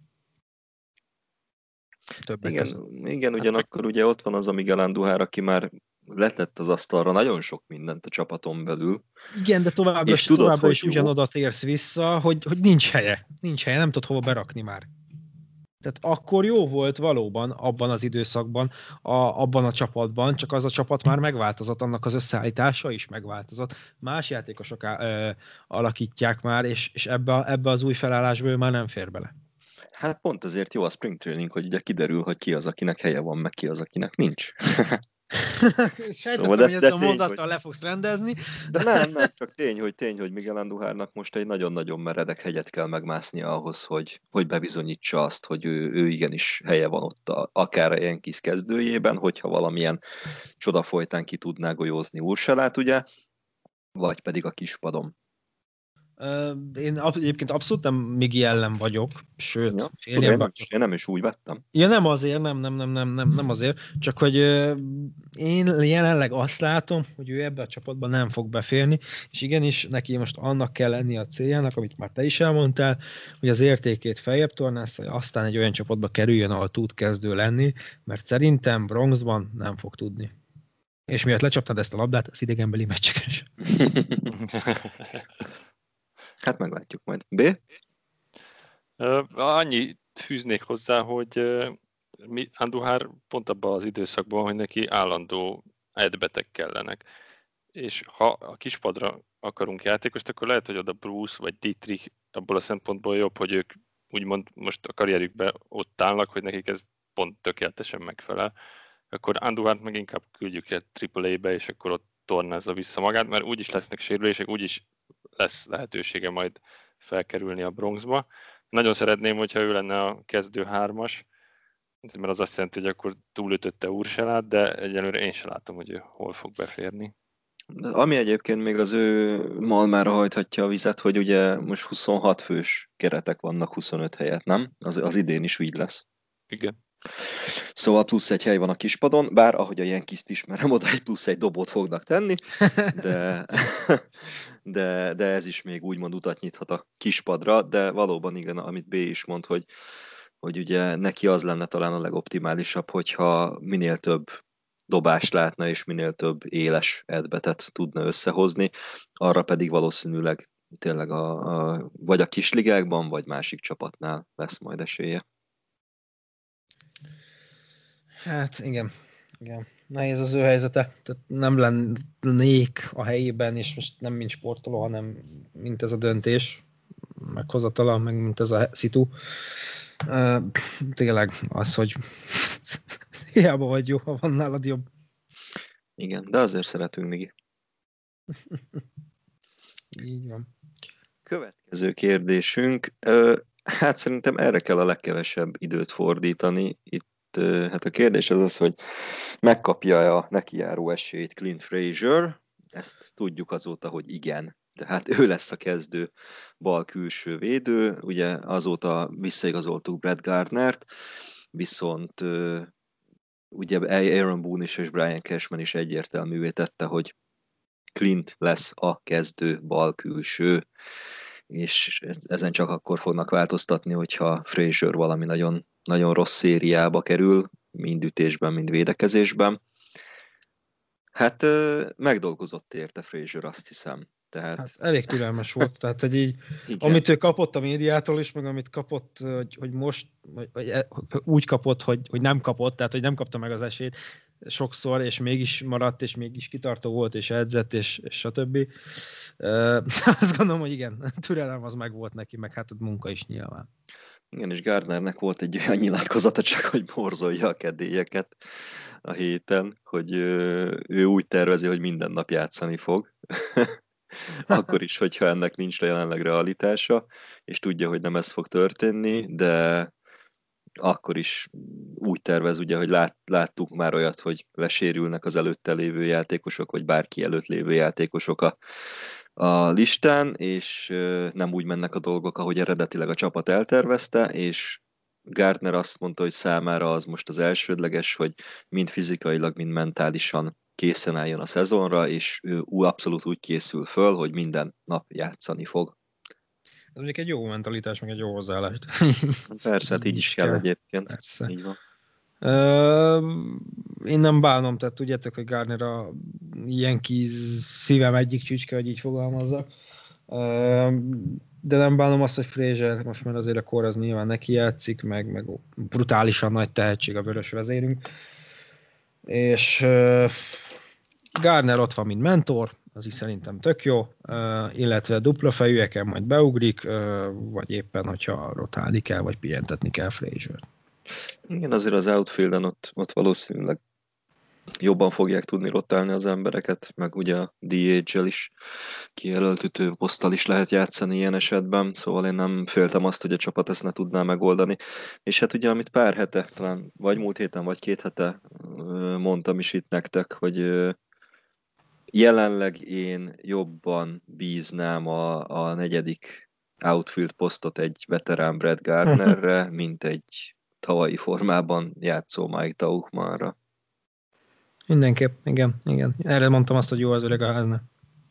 Igen, ugyanakkor ugye ott van az a Miguel Andújar, aki már letett az asztalra nagyon sok mindent a csapaton belül. Igen, de továbbra is ugyanoda térsz vissza, hogy nincs helye, nem tudod hova berakni már. Tehát akkor jó volt valóban abban az időszakban, abban a csapatban, csak az a csapat már megváltozott, annak az összeállítása is megváltozott. Más játékosok alakítják már, és ebbe az új felállásból már nem fér bele. Hát pont azért jó a spring training, hogy ugye kiderül, hogy ki az, akinek helye van, meg ki az, akinek nincs. Sejtettem, hogy ezt a mondattal le fogsz rendezni. De nem, csak tény, hogy Miguel Andújárnak most egy nagyon-nagyon meredek hegyet kell megmásznia ahhoz, hogy bebizonyítsa azt, hogy ő igenis helye van ott akár a Yankees kezdőjében, hogyha valamilyen csoda folytán ki tudná golyózni Urselát, ugye, vagy pedig a kispadon. Én egyébként abszolút nem Migi ellen vagyok, sőt, én nem is úgy vettem. Ja, nem azért, nem azért, csak hogy én jelenleg azt látom, hogy ő ebbe a csapatban nem fog beférni, és igenis neki most annak kell lenni a céljának, amit már te is elmondtál, hogy az értékét feljebb tornászolja, aztán egy olyan csapatba kerüljön, ahol tud kezdő lenni, mert szerintem Bronxban nem fog tudni. És miatt lecsaptad ezt a labdát, az idegenbeli meccseken is. Hát meglátjuk majd. B? Annyit fűznék hozzá, hogy Andújar pont abban az időszakban, hogy neki állandó edbetek kellenek. És ha a kispadra akarunk játékost, akkor lehet, hogy oda Bruce vagy Dietrich abból a szempontból jobb, hogy ők úgymond most a karrierükben ott állnak, hogy nekik ez pont tökéletesen megfelel. akkor Andujárt meg inkább küldjük egy AAA-be, és akkor ott tornázza vissza magát, mert úgyis lesznek sérülések, úgyis lesz lehetősége majd felkerülni a Bronxba. Nagyon szeretném, hogyha ő lenne a kezdő 3-as, mert az azt jelenti, hogy akkor túlütötte Urselát, de egyelőre én sem látom, hogy ő hol fog beférni. Ami egyébként még az ő malmára hajthatja a vizet, hogy ugye most 26 fős keretek vannak 25 helyett, nem? Az idén is így lesz. Igen. Szóval plusz egy hely van a kispadon, bár ahogy a Yankees-t ismerem, oda egy plusz egy dobót fognak tenni, de ez is még úgymond utat nyithat a kispadra, de valóban igen, amit B is mond, hogy ugye neki az lenne talán a legoptimálisabb, hogyha minél több dobást látna, és minél több éles at-batet tudna összehozni, arra pedig valószínűleg tényleg vagy a kisligákban, vagy másik csapatnál lesz majd esélye. Hát igen. Nehéz az ő helyzete. Tehát nem lennék a helyében, és most nem mint sportoló, hanem mint ez a döntés, meghozatala, meg mint ez a szitu. Tényleg az, hogy hiába vagy jó, ha van nálad jobb. Igen, de azért szeretünk, Migi. Így van. Következő kérdésünk. Hát szerintem erre kell a legkevesebb időt fordítani. Itt hát a kérdés az, hogy megkapja a nekijáró esélyt Clint Frazier. Ezt tudjuk azóta, hogy igen. Tehát ő lesz a kezdő bal külső védő. Ugye azóta visszaigazoltuk Brett Gardnert, viszont ugye Aaron Boone is és Brian Cashman is egyértelművé tette, hogy Clint lesz a kezdő bal külső, és ezen csak akkor fognak változtatni, hogyha Frazier valami nagyon, nagyon rossz szériába kerül, mind ütésben, mind védekezésben. Hát megdolgozott érte Frazier, azt hiszem. Tehát... Hát elég türelmes volt, tehát hogy így, amit ő kapott a médiától is, meg amit kapott, hogy most, vagy úgy kapott, hogy nem kapott, tehát hogy nem kapta meg az esélyt sokszor, és mégis maradt, és mégis kitartó volt, és edzett, és stb. Azt gondolom, hogy igen, türelem az meg volt neki, meg hát a munka is nyilván. Igen, és Gardnernek volt egy olyan nyilatkozata, csak hogy borzolja a kedélyeket a héten, hogy ő úgy tervezi, hogy minden nap játszani fog. Akkor is, hogyha ennek nincs jelenleg realitása, és tudja, hogy nem ez fog történni, de akkor is úgy tervez, ugye, hogy láttuk már olyat, hogy lesérülnek az előtte lévő játékosok, vagy bárki előtt lévő játékosok a listán, és nem úgy mennek a dolgok, ahogy eredetileg a csapat eltervezte, és Gardner azt mondta, hogy számára az most az elsődleges, hogy mind fizikailag, mind mentálisan készen álljon a szezonra, és ő abszolút úgy készül föl, hogy minden nap játszani fog. Ez mondjuk egy jó mentalitás, meg egy jó hozzáállást. Persze, hát így is kell egyébként. Persze. Így van. Én nem bánom, tehát tudjátok, hogy Gardner a Yankees szívem egyik csücske, hogy így fogalmazzak. De nem bánom azt, hogy Frazier most már azért a kor az nyilván neki játszik, meg brutálisan nagy tehetség a vörös vezérünk. És Gardner ott van, mint mentor, az is szerintem tök jó, illetve dupla fejűeken majd beugrik, vagy éppen, hogyha rotálni kell, vagy pihentetni kell Fraziert. Igen, azért az outfielden ott valószínűleg jobban fogják tudni rotálni az embereket, meg ugye a DH-el is kijelölt ütőposzttal is lehet játszani ilyen esetben, szóval én nem féltem azt, hogy a csapat ezt ne tudná megoldani. És hát ugye, amit pár hete, talán vagy múlt héten, vagy 2 hete mondtam is itt nektek, hogy jelenleg én jobban bíznám a 4. outfield posztot egy veterán Brett Gardnerre, mint egy tavalyi formában játszó Mike Tauchmanra. Mindenképp, igen. Erre mondtam azt, hogy jó az öreg a háznál.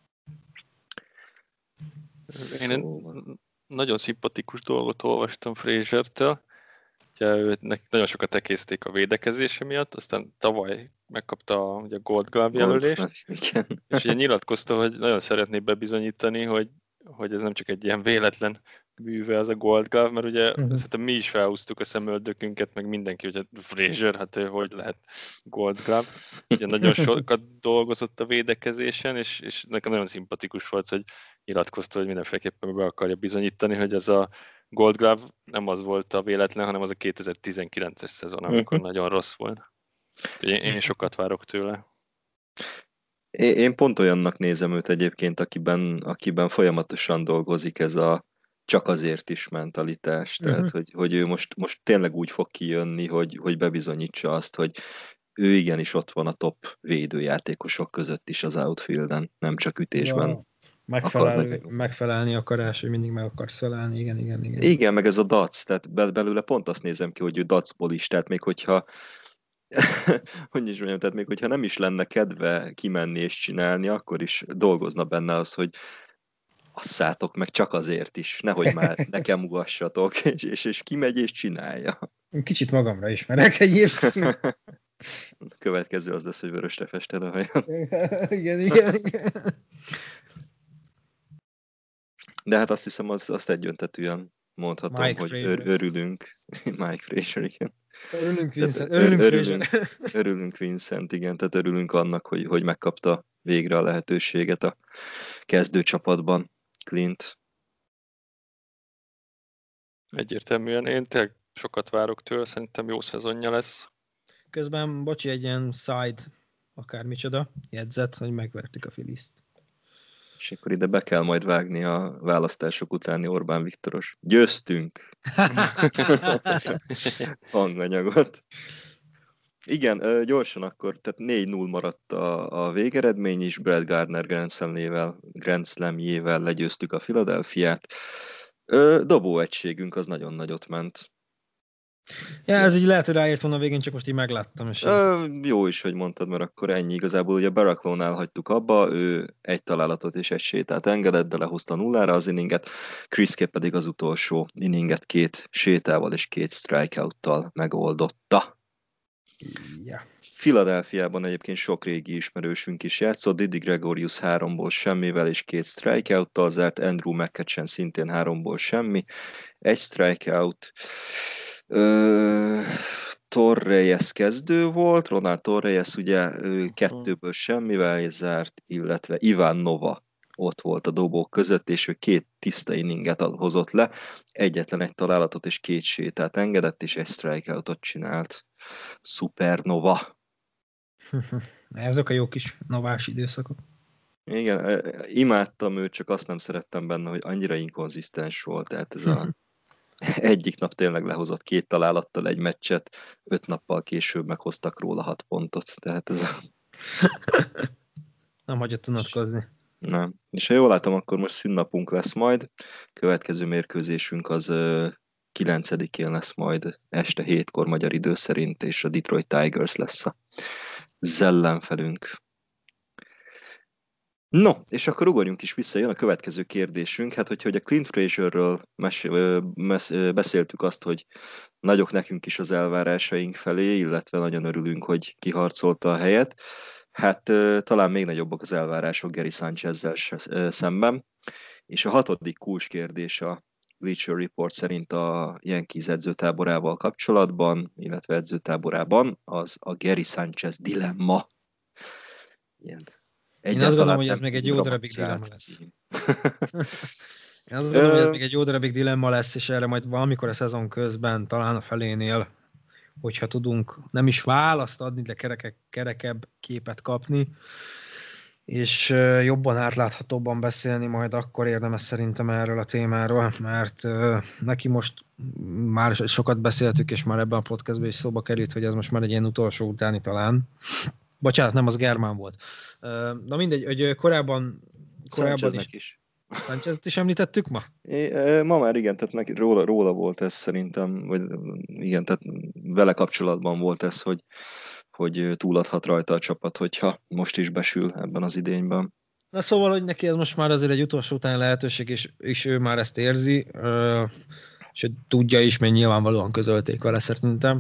Én egy nagyon szimpatikus dolgot olvastam Fraziertől. Őnek nagyon sokat tekézték a védekezése miatt, aztán tavaly megkapta ugye a Gold Glove jelölést, és ugye nyilatkozta, hogy nagyon szeretné bebizonyítani, hogy ez nem csak egy ilyen véletlen műve az a Gold Glove, mert ugye szerintem mi is felhúztuk a szemöldökünket, meg mindenki, hogy Frazier, hát hogy lehet Gold Glove. Ugye nagyon sokat dolgozott a védekezésen, és nekem nagyon szimpatikus volt, hogy nyilatkozta, hogy mindenféleképpen be akarja bizonyítani, hogy ez a Gold Glove nem az volt a véletlen, hanem az a 2019-es szezon, amikor nagyon rossz volt. Én sokat várok tőle. Én pont olyannak nézem őt egyébként, akiben folyamatosan dolgozik ez a csak azért is mentalitás. Tehát, hogy ő most tényleg úgy fog kijönni, hogy bebizonyítsa azt, hogy ő igenis ott van a top védőjátékosok között is az outfielden, nem csak ütésben. Megfelelni akarás, hogy mindig meg akarsz felelni, igen. Igen, meg ez a dac, tehát belőle pont azt nézem ki, hogy ő dacból is, tehát még hogyha hogy is mondjam, tehát még hogyha nem is lenne kedve kimenni és csinálni, akkor is dolgozna benne az, hogy asszátok meg csak azért is, nehogy már nekem ugassatok, és kimegy és csinálja. Kicsit magamra ismerek egyébként. A következő az lesz, hogy vörösre fested a hajam. Igen. De hát azt hiszem, azt egyöntetűen mondhatom, Mike hogy Frazier. Örülünk. Mike Frazier, igen. Örülünk Vincent, igen, tehát örülünk annak, hogy megkapta végre a lehetőséget a kezdőcsapatban Clint. Egyértelműen én tényleg sokat várok tőle, szerintem jó szezonja lesz. Közben, bocsi, egy ilyen side, akármicsoda, jegyzet, hogy megvertik a Phillies-t. És akkor ide be kell majd vágni a választások utáni Orbán Viktoros. Győztünk! Hanganyagot. Igen, gyorsan akkor, tehát 4-0 maradt a végeredmény is, Brett Gardner Grand Slamjével legyőztük a Philadelphiát. Dobóegységünk az nagyon nagyot ment. Ja, ez így lehet, hogy ráért volna a végén, csak most így megláttam. És jó is, hogy mondtad, mert akkor ennyi. Igazából ugye Baracklónál hagytuk abba, ő egy találatot és egy sétát engedett, de lehozta 0-ra az inninget. Chris pedig az utolsó inninget 2 sétával és 2 strikeouttal megoldotta. Ja. Philadelphiában egyébként sok régi ismerősünk is játszott, Didi Gregorius 3-ból semmivel és 2 strikeouttal zárt, Andrew McCutchen szintén 3-ból semmi, 1 strikeout. Torreyes kezdő volt, Ronald Torreyes ugye 2-ből semmivel zárt, illetve Ivan Nova ott volt a dobók között, és ő 2 tiszta inninget hozott le, egyetlen egy találatot és 2 sétát engedett, és 1 strikeoutot csinált. Supernova. Ezek a jó kis novás időszakok. Igen, imádtam őt, csak azt nem szerettem benne, hogy annyira inkonzisztens volt, tehát ez a egyik nap tényleg lehozott 2 találattal egy meccset, 5 nappal később meghoztak róla 6 pontot, tehát ez nem hagyott unatkozni. Nem. És ha jól látom, akkor most szünnapunk lesz majd. Következő mérkőzésünk az 9-én lesz majd este 7-kor magyar idő szerint, és a Detroit Tigers lesz az ellenfelünk. No, és akkor ugorjunk is vissza, jön a következő kérdésünk. Hát, hogyha a Clint Frazierről beszéltük azt, hogy nagyok nekünk is az elvárásaink felé, illetve nagyon örülünk, hogy kiharcolta a helyet. Hát talán még nagyobbak az elvárások Gary Sanchezzel szemben. És a 6. kulcskérdés a Bleacher Report szerint a Yankees edzőtáborával kapcsolatban, illetve edzőtáborában az a Gary Sanchez dilemma. Ilyen. Én azt gondolom, hogy ez még egy jó darabig dilemma lesz. Én azt gondolom, hogy ez még egy jó darabig dilemma lesz, és erre majd valamikor a szezon közben, talán a felénél, hogyha tudunk nem is választ adni, de kerekebb képet kapni, és jobban átláthatóbban beszélni, majd akkor érdemes szerintem erről a témáról, mert neki most már sokat beszéltük, és már ebben a podcastban is szóba került, hogy ez most már egy ilyen utolsó utáni talán. Bocsánat, nem, az Germán volt. Na mindegy, hogy korábban is. Sánchez-t is említettük ma? Ma már igen, tehát neki, róla volt ez szerintem, vagy igen, tehát vele kapcsolatban volt ez, hogy túladhat rajta a csapat, hogyha most is besül ebben az idényben. Na szóval, hogy neki ez most már azért egy utolsó utáni lehetőség, és ő már ezt érzi, és tudja is, mert nyilvánvalóan közölték vele szerintem.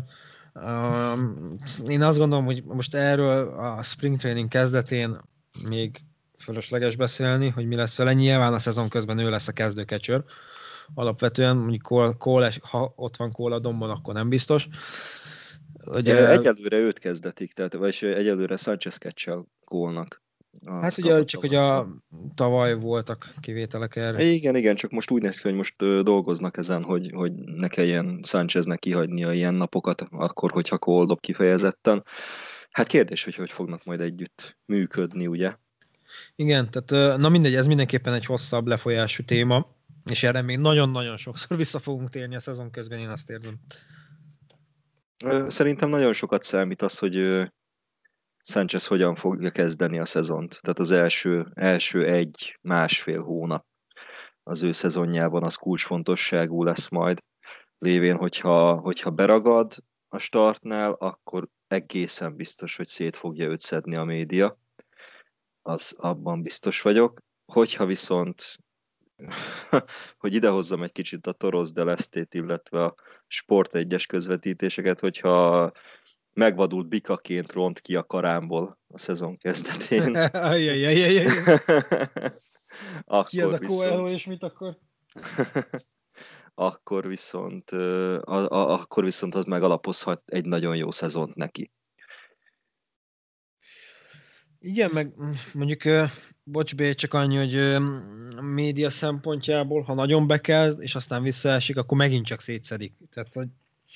Én azt gondolom, hogy most erről a spring training kezdetén még fölösleges beszélni, hogy mi lesz vele. Nyilván a szezon közben ő lesz a kezdő catcher. Alapvetően, mondjuk Cole, ha ott van Cole a dombon, akkor nem biztos. Ugye, egyelőre őt kezdetik, tehát, vagyis egyelőre Sanchez catchel Cole-nak. Hát ugye csak hogy a tavaly voltak kivételek erre. Igen, csak most úgy néz ki, hogy most dolgoznak ezen, hogy ne kelljen Sáncheznek kihagynia ilyen napokat, akkor, hogyha Cole dob kifejezetten. Hát kérdés, hogy fognak majd együtt működni, ugye? Igen, tehát na mindegy, ez mindenképpen egy hosszabb lefolyású téma, és erre még nagyon-nagyon sokszor vissza fogunk térni a szezon közben, én azt érzem. Szerintem nagyon sokat számít az, hogy Sánchez hogyan fogja kezdeni a szezont. Tehát az első 1-1,5 hónap az ő szezonjában az kulcsfontosságú lesz majd. Lévén, hogyha beragad a startnál, akkor egészen biztos, hogy szét fogja őt szedni a média. Abban biztos vagyok. Hogyha viszont, hogy idehozzam egy kicsit a Toros de Lestét, illetve a Sport 1-es közvetítéseket, hogyha megvadult bikaként ront ki a karámból a szezon kezdetén. Ki az a Coelho, és mit akkor? akkor viszont az megalapozhat egy nagyon jó szezont neki. Igen, meg mondjuk, bocs B, csak annyi, hogy média szempontjából, ha nagyon bekezd, és aztán visszaesik, akkor megint csak szétszedik. Tehát, hogy...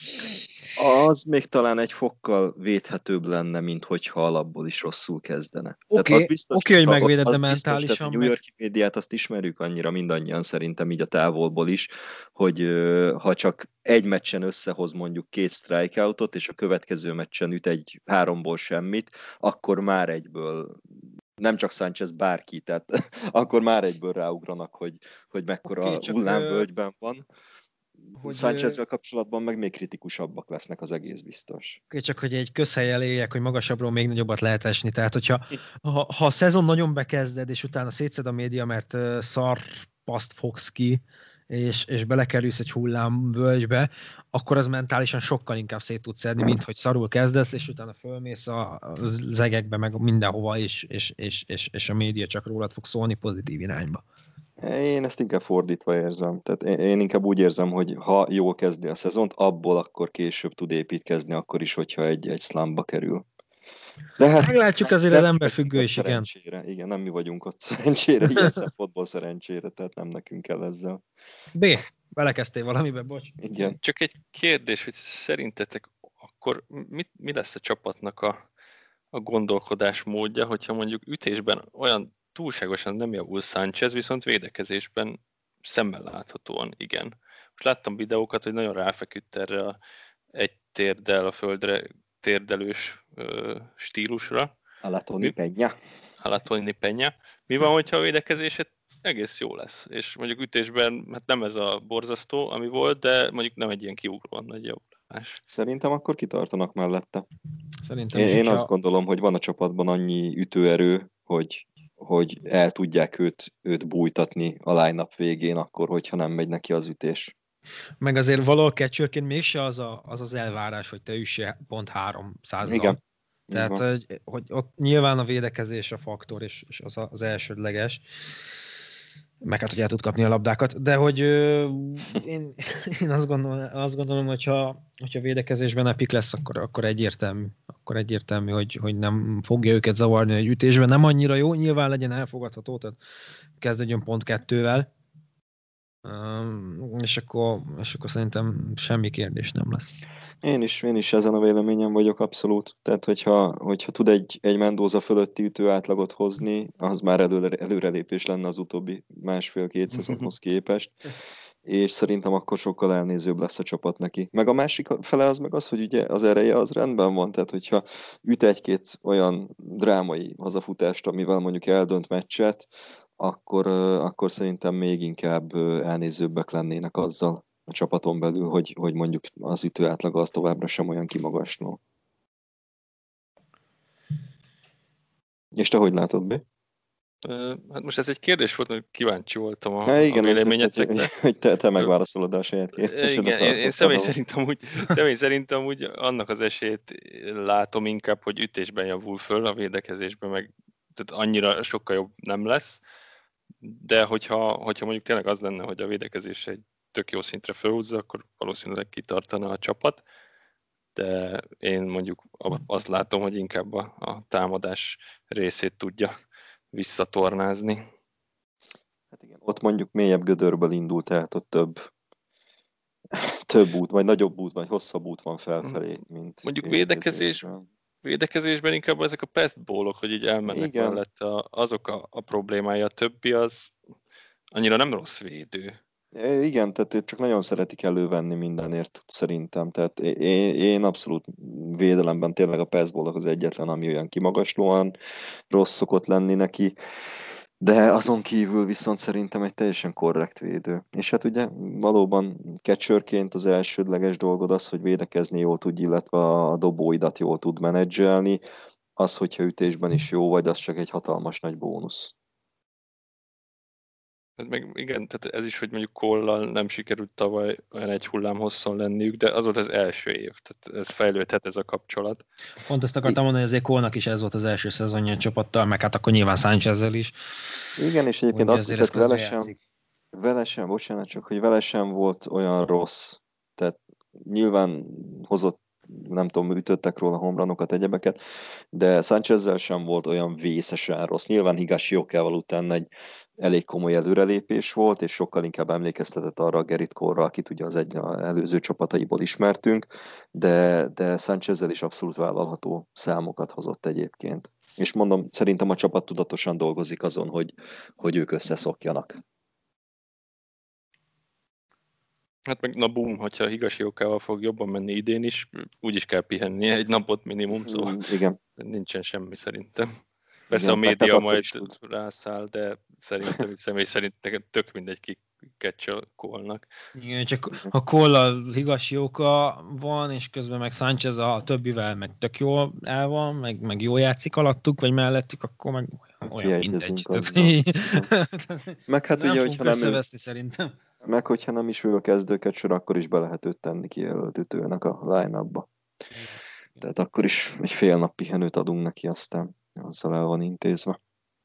Az még talán egy fokkal védhetőbb lenne, mint hogyha alapból is rosszul kezdene. Oké, hogy megvéded, de mentálisan. A New York médiát azt ismerjük annyira mindannyian szerintem így a távolból is, hogy ha csak egy meccsen összehoz mondjuk 2 strikeoutot, és a következő meccsen üt egy 3-ból semmit, akkor már egyből nem csak Sánchez, bárki, tehát akkor már egyből ráugranak, hogy mekkora hullámvölgyben van. Sánchezzel kapcsolatban meg még kritikusabbak lesznek, az egész biztos. Csak hogy egy közhelyen éljek, hogy magasabbról még nagyobbat lehet esni. Tehát, hogyha ha a szezon nagyon bekezded, és utána szétszed a média, mert szarpaszt fogsz ki, és belekerülsz egy hullámvölgybe, akkor az mentálisan sokkal inkább szét tudsz szedni, mint hogy szarul kezdesz, és utána fölmész az egekbe, meg mindenhova, és a média csak rólad fog szólni pozitív irányba. Én ezt inkább fordítva érzem. Tehát én inkább úgy érzem, hogy ha jól kezdi a szezont, abból akkor később tud építkezni, akkor is, hogyha egy slumba kerül. De hát, meglátjuk, azért az ember függő is, igen. Igen, nem mi vagyunk ott szerencsére, ilyen szempontból szerencsére, tehát nem nekünk kell ezzel. B, belekezdtél valamiben, bocs. Igen. Csak egy kérdés, hogy szerintetek akkor mi lesz a csapatnak a gondolkodás módja, hogyha mondjuk ütésben olyan túlságosan nem javul Sánchez, viszont védekezésben szemmel láthatóan igen. Most láttam videókat, hogy nagyon ráfeküdt erre egy térdel a földre térdelős stílusra. Alatoni Peña. Mi van, hogyha a védekezése egész jó lesz? És mondjuk ütésben hát nem ez a borzasztó, ami volt, de mondjuk nem egy ilyen kiugróan nagy javulás. Szerintem akkor kitartanak mellette. Szerintem én azt gondolom, hogy van a csapatban annyi ütőerő, hogy el tudják őt bújtatni a line-up végén, akkor, hogyha nem megy neki az ütés. Meg azért valahol catcherként mégse az elvárás, hogy te üssél pont 300-al. Igen. Tehát, hogy ott nyilván a védekezés a faktor, és az elsődleges. Meg hát, hogy el tud kapni a labdákat. De hogy én azt gondolom, hogyha védekezésben epik lesz, akkor egyértelmű, hogy nem fogja őket zavarni egy ütésben. Nem annyira jó, nyilván legyen elfogadható, tehát kezdődjön pont 2-vel. És akkor szerintem semmi kérdés nem lesz. Én is ezen a véleményen vagyok abszolút. Tehát, hogyha tud egy Mendoza fölötti ütő átlagot hozni, az már előrelépés lenne az utóbbi 1,5-2 szezonhoz képest, és szerintem akkor sokkal elnézőbb lesz a csapat neki. Meg a másik fele az meg az, hogy ugye az ereje az rendben van, tehát hogyha üt egy-két olyan drámai hazafutást, amivel mondjuk eldönt meccset, akkor szerintem még inkább elnézőbbek lennének azzal a csapaton belül, hogy mondjuk az ütő átlaga az továbbra sem olyan kimagasló. És te hogy látod, B? Hát most ez egy kérdés volt, hogy kíváncsi voltam a véleményetekre. Hogy te megválaszolod a saját kérdésedet. Igen, én személy szerint amúgy annak az esélyt látom inkább, hogy ütésben javul föl, a védekezésben meg tehát annyira sokkal jobb nem lesz, de hogyha mondjuk tényleg az lenne, hogy a védekezés egy tök jó szintre felhúzza, akkor valószínűleg kitartana a csapat, de én mondjuk azt látom, hogy inkább a támadás részét tudja visszatornázni. Hát igen, ott mondjuk mélyebb gödörből indult, tehát ott több út, vagy nagyobb út, vagy hosszabb út van felfelé, mint mondjuk védekezésben. Védekezésben inkább ezek a pest ballok, hogy így elmennek Igen. mellett, azok a problémája, a többi az annyira nem rossz védő. Igen, tehát őt csak nagyon szeretik elővenni mindenért szerintem, tehát én abszolút védelemben tényleg a passballok az egyetlen, ami olyan kimagaslóan rossz szokott lenni neki, de azon kívül viszont szerintem egy teljesen korrekt védő. És hát ugye valóban catcherként az elsődleges dolgod az, hogy védekezni jól tud, illetve a dobóidat jól tud menedzselni, az, hogyha ütésben is jó vagy, az csak egy hatalmas nagy bónusz. Meg igen, tehát ez is, hogy mondjuk Cole-lal nem sikerült tavaly olyan egy hullám hosszon lenniük, de az volt az első év, tehát ez fejlődhet ez a kapcsolat. Pont ezt akartam mondani, hogy azért Cole-nak is ez volt az első szezonja a csapattal, meg hát akkor nyilván Sánchezzel is. Igen, és egyébként azért vele sem, bocsánat, csak hogy vele sem volt olyan rossz. Tehát nyilván hozott, nem tudom, ütöttek róla homranokat, egyebeket, de Sánchezzel sem volt olyan vészesen rossz. Nyilván Higashioka-val után egy elég komoly előrelépés volt, és sokkal inkább emlékeztetett arra a Gerrit Cole-ra, akit ugye az előző csapataiból ismertünk, de Sánchezzel is abszolút vállalható számokat hozott egyébként. És mondom, szerintem a csapat tudatosan dolgozik azon, hogy ők összeszokjanak. Hát meg na bum, hogyha Higashioka-val fog jobban menni idén is, úgyis kell pihenni egy napot minimum, szóval igen. Nincsen semmi szerintem. Persze Igen, a média majd rászáll, de szerintem személy szerint tök mindegy ki catch-kolnak. Igen, csak ha Cole-lal Higashioka van, és közben meg Sánchez a többivel meg tök jól el van, meg jól játszik alattuk, vagy mellettük, akkor meg olyan mindegy. Meg hát nem ugye, fogunk összeveszni szerintem. Meg hogyha nem is ő a kezdőketsor, akkor is be lehet őt tenni kijelölt ütőnek a line-upba. Tehát akkor is egy fél nap pihenőt adunk neki, aztán azzal el van intézve.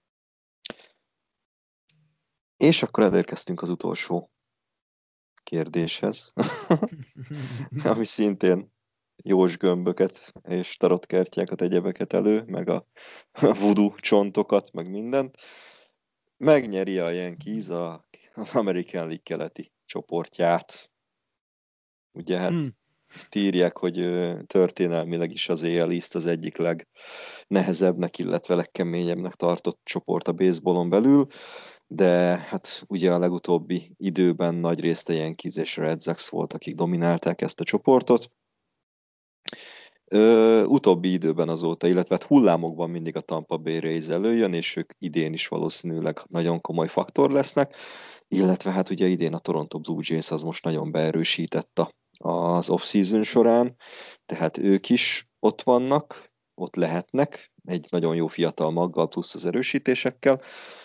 És akkor elérkeztünk az utolsó kérdéshez, ami szintén jós gömböket és tarotkártyákat, egyebeket elő, meg a voodoo csontokat, meg mindent. Megnyeri a Yankees az American League keleti csoportját. Ugye hát írják, hogy történelmileg is az AL East az egyik legnehezebbnek, illetve legkeményebbnek tartott csoport a baseballon belül, de hát ugye a legutóbbi időben nagy részt a Yankees és a Red Sox volt, akik dominálták ezt a csoportot. Utóbbi időben azóta, illetve hát hullámokban mindig a Tampa Bay Rays előjön, és ők idén is valószínűleg nagyon komoly faktor lesznek, illetve hát ugye idén a Toronto Blue Jays az most nagyon beerősített az off-season során, tehát ők is ott vannak, ott lehetnek, egy nagyon jó fiatal maggal plusz az erősítésekkel.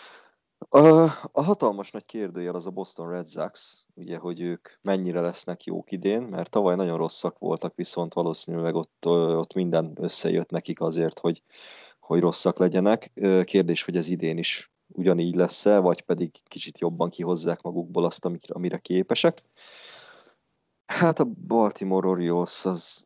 A hatalmas nagy kérdőjel az a Boston Red Sox, ugye, hogy ők mennyire lesznek jók idén, mert tavaly nagyon rosszak voltak, viszont valószínűleg ott minden összejött nekik azért, hogy rosszak legyenek. Kérdés, hogy ez idén is ugyanígy lesz-e, vagy pedig kicsit jobban kihozzák magukból azt, amire képesek. Hát a Baltimore Orioles az...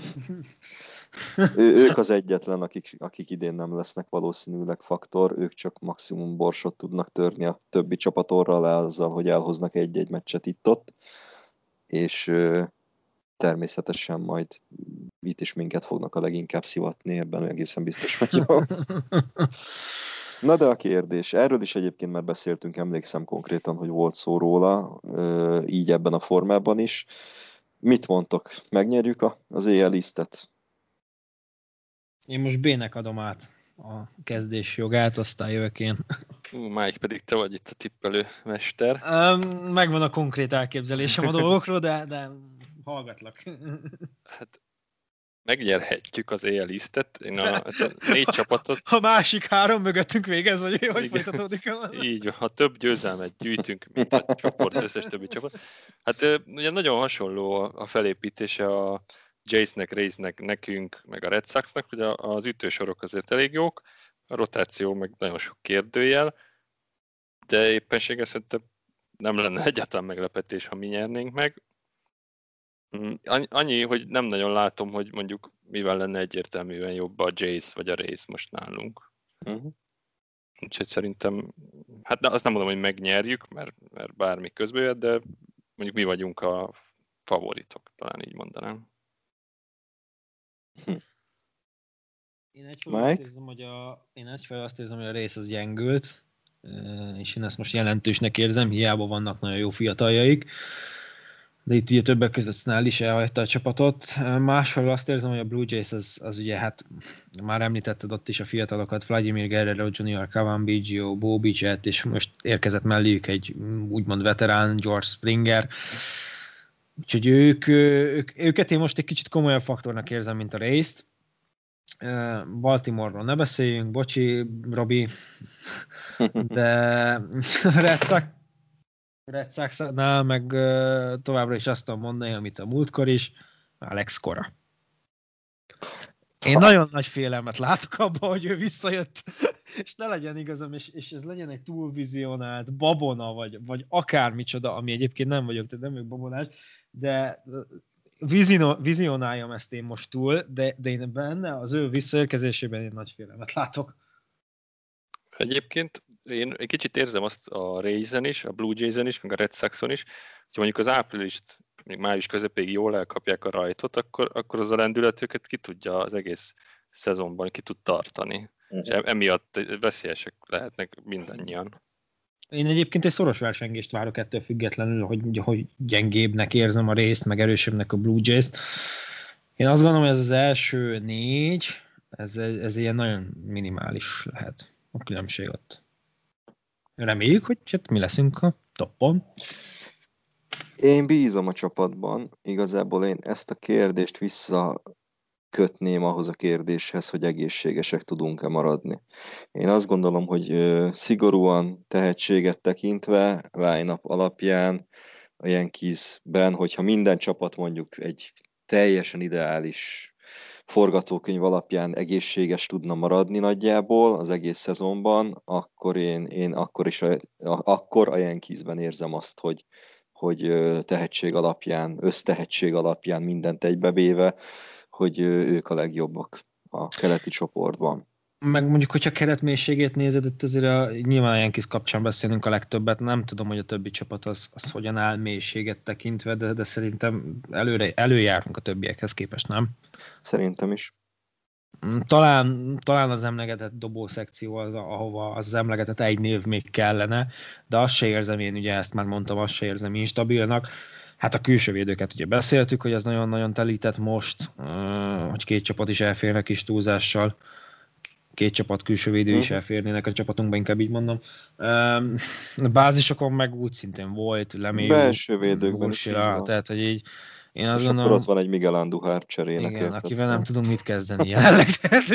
ők az egyetlen, akik idén nem lesznek valószínűleg faktor, ők csak maximum borsot tudnak törni a többi csapatorral le azzal, hogy elhoznak egy-egy meccset itt-ott, és természetesen majd itt is minket fognak a leginkább szivatni, ebben egészen biztos vagyok. Na de a kérdés, erről is egyébként már beszéltünk, emlékszem konkrétan, hogy volt szó róla, így ebben a formában is. Mit mondtok? Megnyerjük az AL East-et? Én most B-nek adom át a kezdés jogát, aztán jövök én. Mike, pedig te vagy itt a tippelő mester. Megvan a konkrét elképzelésem a dolgokról, de hallgatlak. Hát megnyerhetjük az AL East-et. Én a 4 csapatot... A másik 3 mögöttünk végez, vagy hogy folytatódik? Így van, ha több győzelmet gyűjtünk, mint a csoport, összes többi csapat. Hát ugye nagyon hasonló a felépítése a Jace-nek, Rays-nek, nekünk, meg a Red Sox-nak, ugye az ütősorok azért elég jók, a rotáció meg nagyon sok kérdőjel, de éppenséggel szerintem nem lenne egyáltalán meglepetés, ha mi nyernénk meg. Annyi, hogy nem nagyon látom, hogy mondjuk mivel lenne egyértelműen jobb a Jace vagy a Rays most nálunk. Úgyhogy szerintem, hát azt nem mondom, hogy megnyerjük, mert bármi közbe jött, de mondjuk mi vagyunk a favoritok, talán így mondanám. Én egyfelől azt érzem, hogy a rész az gyengült, és én ezt most jelentősnek érzem, hiába vannak nagyon jó fiataljaik, de itt ugye többek között Snell is elhagyta a csapatot. Másfelől azt érzem, hogy a Blue Jays az ugye, hát már említetted ott is a fiatalokat, Vladimir Guerrero Jr., Cavan Biggio, Bo Bichette, és most érkezett melléjük egy úgymond veterán, George Springer. Úgyhogy őket én most egy kicsit komolyabb faktornak érzem, mint a Rays-t. Baltimore-ról ne beszéljünk, bocsi, Robi, de Red Sox-nál meg továbbra is azt tudom mondani, amit a múltkor is, Alex Cora. Én nagyon nagy félelmet látok abban, hogy ő visszajött, és ne legyen igazam, és ez legyen egy túlvizionált babona, vagy akármicsoda, ami egyébként nem vagyok, tehát nem vagyok babonás, de vizionáljam ezt én most túl, de én benne az ő visszaérkezésében én nagy félelmet látok. Egyébként én egy kicsit érzem azt a Rays-en is, a Blue Jays-en is, meg a Red Sox-on is, hogy mondjuk az áprilist, még május közepéig jól elkapják a rajtot, akkor az a lendület őket ki tudja az egész szezonban, ki tud tartani. És emiatt veszélyesek lehetnek mindannyian. Én egyébként egy szoros versengést várok ettől függetlenül, hogy gyengébbnek érzem a Rays-t, meg erősebbnek a Blue Jays-t. Én azt gondolom, hogy ez az első 4, ez ilyen nagyon minimális lehet a különbség ott. Reméljük, hogy mi leszünk a toppon. Én bízom a csapatban. Igazából én ezt a kérdést visszakötném ahhoz a kérdéshez, hogy egészségesek tudunk-e maradni. Én azt gondolom, hogy szigorúan tehetséget tekintve, line-up alapján a Yankeesben, hogyha minden csapat mondjuk egy teljesen ideális forgatókönyv alapján egészséges tudna maradni nagyjából az egész szezonban, akkor én akkor a Yankeesben érzem azt, hogy tehetség alapján, össztehetség alapján mindent egybevéve, hogy ők a legjobbak a keleti csoportban. Meg mondjuk, hogyha keretmélységét nézed, itt azért nyilván a Yankees kapcsán beszélünk a legtöbbet, nem tudom, hogy a többi csapat az hogyan áll mélységet tekintve, de szerintem előjárunk a többiekhez képest, nem? Szerintem is. Talán az emlegetett dobószekció, ahova az emlegetett egy név még kellene, de azt se érzem én, ugye ezt már mondtam, azt se érzem instabilnak. Hát a külső védőket ugye beszéltük, hogy az nagyon-nagyon telített most, hogy két csapat is elférnek is túlzással. Két csapat külső védő is elférnének a csapatunkban, inkább így mondom. A bázisokon meg úgy szintén volt, Lemély, belső védőkben is tehát, hogy így én azt és gondolom, akkor ott van egy Miguel Andujar cserének. Igen, akivel nem tudunk mit kezdeni jelenleg.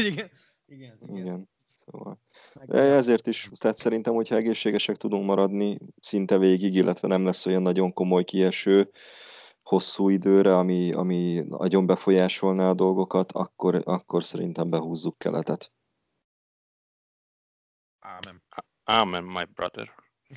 Igen. Szóval. De ezért is, tehát szerintem, hogyha egészségesek tudunk maradni szinte végig, illetve nem lesz olyan nagyon komoly kieső hosszú időre, ami nagyon befolyásolná a dolgokat, akkor szerintem behúzzuk keletet. Amen, my brother.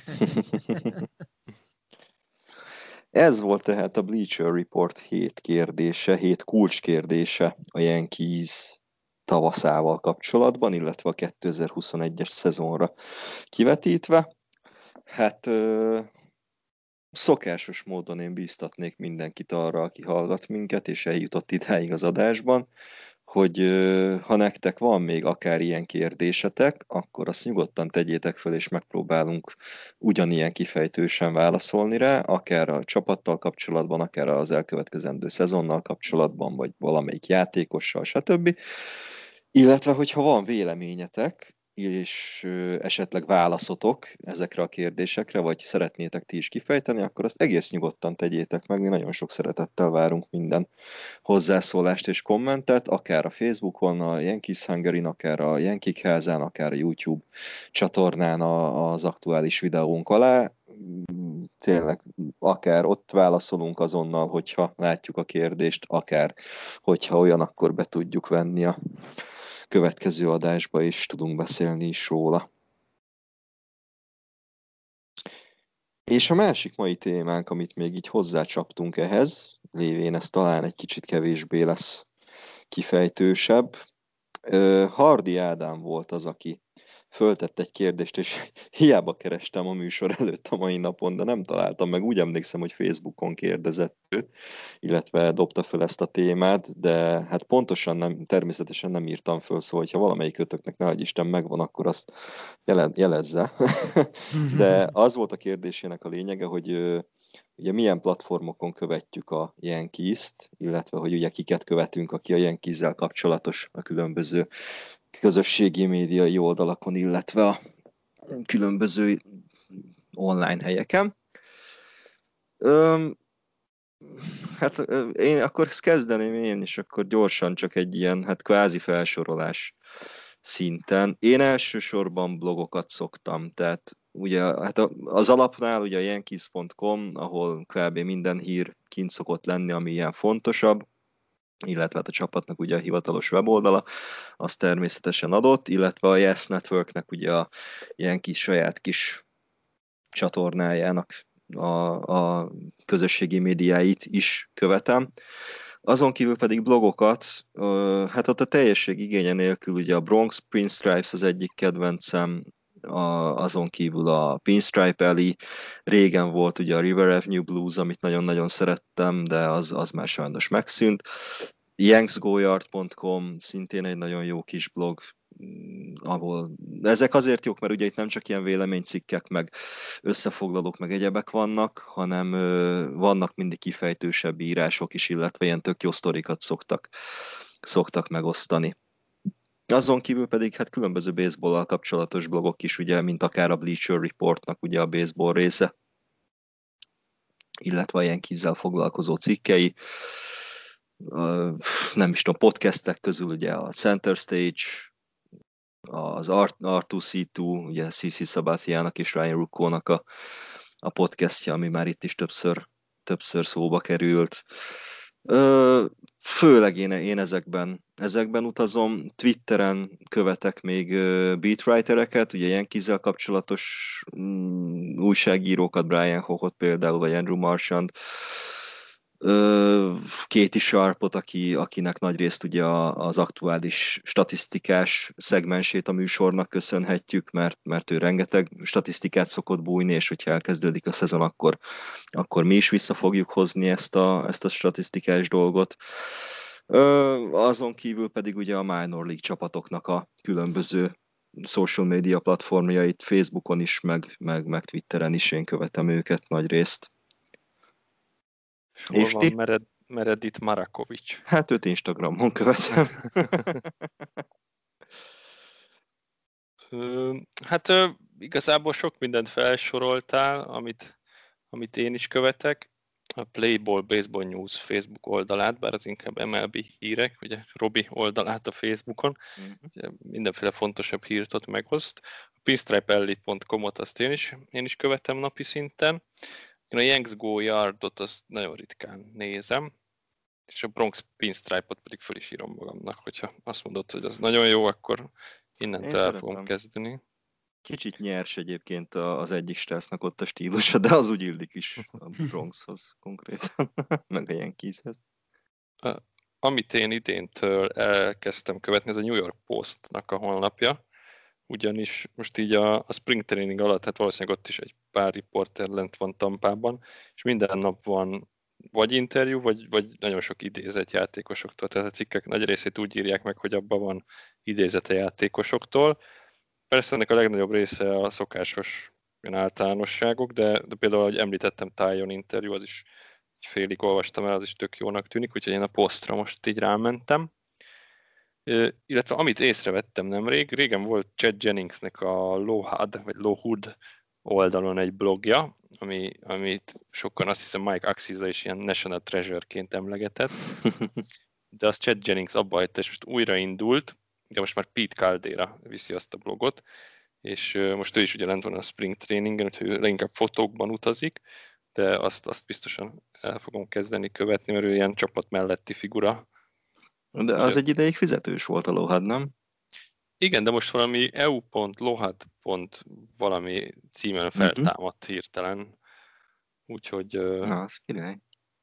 Ez volt tehát a Bleacher Report 7 kulcskérdése a Yankees tavaszával kapcsolatban, illetve a 2021-es szezonra kivetítve. Hát szokásos módon én bíztatnék mindenkit arra, aki hallgat minket, és eljutott idáig az adásban, hogy ha nektek van még akár ilyen kérdésetek, akkor azt nyugodtan tegyétek fel, és megpróbálunk ugyanilyen kifejtősen válaszolni rá, akár a csapattal kapcsolatban, akár az elkövetkezendő szezonnal kapcsolatban, vagy valamelyik játékossal, stb. Illetve, hogyha van véleményetek, és esetleg válaszotok ezekre a kérdésekre, vagy szeretnétek ti is kifejteni, akkor azt egész nyugodtan tegyétek meg, mi nagyon sok szeretettel várunk minden hozzászólást és kommentet, akár a Facebookon, a Yankees Hungary-n, akár a Yankee házán, akár a YouTube csatornán az aktuális videónk alá. Tényleg akár ott válaszolunk azonnal, hogyha látjuk a kérdést, akár hogyha olyan, akkor be tudjuk venni a következő adásba, és tudunk beszélni is róla. És a másik mai témánk, amit még így hozzácsaptunk ehhez, lévén ez talán egy kicsit kevésbé lesz kifejtősebb. Hardy Ádám volt az, aki föltett egy kérdést, és hiába kerestem a műsor előtt a mai napon, de nem találtam meg. Úgy emlékszem, hogy Facebookon kérdezett ő, illetve dobta föl ezt a témát, de hát pontosan nem, természetesen nem írtam föl, szóval, hogyha valamelyik ötöknek ne adj Isten megvan, akkor azt jelezze. De az volt a kérdésének a lényege, hogy ugye milyen platformokon követjük a Yankees-t, illetve hogy ugye kiket követünk, aki a Yankees-zel kapcsolatos a különböző közösségi médiai oldalakon, illetve a különböző online helyeken. Hát én akkor ezt kezdeném én is, akkor gyorsan csak egy ilyen, hát kvázi felsorolás szinten. Én elsősorban blogokat szoktam, tehát ugye hát az alapnál ugye a yankees.com, ahol kb. Minden hír kint szokott lenni, ami ilyen fontosabb, illetve hát a csapatnak ugye a hivatalos weboldala, az természetesen adott, illetve a Yes Networknek ugye a Yankees saját kis csatornájának a közösségi médiáit is követem. Azon kívül pedig blogokat, hát ott a teljesség igénye nélkül ugye a Bronx Pinstripes az egyik kedvencem, azon kívül a Pinstripe Alley, régen volt ugye a River Avenue Blues, amit nagyon-nagyon szerettem, de az már sajnos megszűnt. yanksgoyard.com szintén egy nagyon jó kis blog, ahol ezek azért jók, mert ugye itt nem csak ilyen véleménycikkek, meg összefoglalók, meg egyebek vannak, hanem vannak mindig kifejtősebb írások is, illetve ilyen tök jó sztorikat szoktak megosztani. Azon kívül pedig hát különböző baseball-al kapcsolatos blogok is, ugye, mint akár a Bleacher Reportnak ugye a baseball része, illetve ilyen kizzel foglalkozó cikkei. Nem is tudom, podcastek közül ugye a Center Stage, az R2C2, ugye CC Sabathiának és Ryan Ruccónak a podcastja, ami már itt is többször szóba került. Főleg én ezekben utazom. Twitteren követek még beatwritereket, ugye ilyen kizzel kapcsolatos újságírókat, Brian Hochot például, vagy Andrew Marchand, Katie Sharpot, akinek nagyrészt ugye az aktuális statisztikás szegmensét a műsornak köszönhetjük, mert ő rengeteg statisztikát szokott bújni, és hogyha elkezdődik a szezon, akkor mi is vissza fogjuk hozni ezt a statisztikás dolgot. Azon kívül pedig ugye a minor league csapatoknak a különböző social media platformjait, Facebookon is, meg Twitteren is én követem őket nagyrészt. És hol van Meredith Marakovics? Hát őt Instagramon követem. Hát igazából sok mindent felsoroltál, amit én is követek. A Playball Baseball News Facebook oldalát, bár az inkább MLB hírek, ugye Robi oldalát a Facebookon, ugye mindenféle fontosabb hírt ott megoszt. A pinstripeelite.com-ot azt én is követem napi szinten. Én a Yanks Go Yardot azt nagyon ritkán nézem, és a Bronx Pinstripe-ot pedig föl is írom magamnak, hogyha azt mondod, hogy az nagyon jó, akkor innentől el fogom kezdeni. Kicsit nyers egyébként az egyik strásznak ott a stílusa, de az úgy illik is a Bronxhoz konkrétan, meg a Yankeeshez. Amit én idéntől elkezdtem követni, ez a New York Postnak a honlapja, ugyanis most így a spring training alatt, hát valószínűleg ott is egy pár riporter lent van Tampában, és minden nap van vagy interjú, vagy nagyon sok idézet játékosoktól. Tehát a cikkek nagy részét úgy írják meg, hogy abban van idézete játékosoktól. Persze ennek a legnagyobb része a szokásos általánosságok, de például, ahogy említettem, Taillon interjú, az is félig olvastam el, az is tök jónak tűnik, úgyhogy én a Postra most így rámentem. Illetve amit észrevettem nemrég, régen volt Chad Jenningsnek a Lohud oldalon egy blogja, amit sokan azt hiszem Mike Axiza is ilyen National Treasure-ként emlegetett, de azt Chad Jennings abba hagyta, és most újraindult, de most már Pete Caldera viszi azt a blogot, és most ő is ugye lent van a spring trainingen, úgyhogy leginkább fotókban utazik, de azt biztosan el fogom kezdeni követni, mert ő ilyen csapat melletti figura. De az egy ideig fizetős volt a Lohad, nem? Igen, de most valami eu.lohad. Valami címen feltámadt hirtelen. Úgyhogy... Na, az király.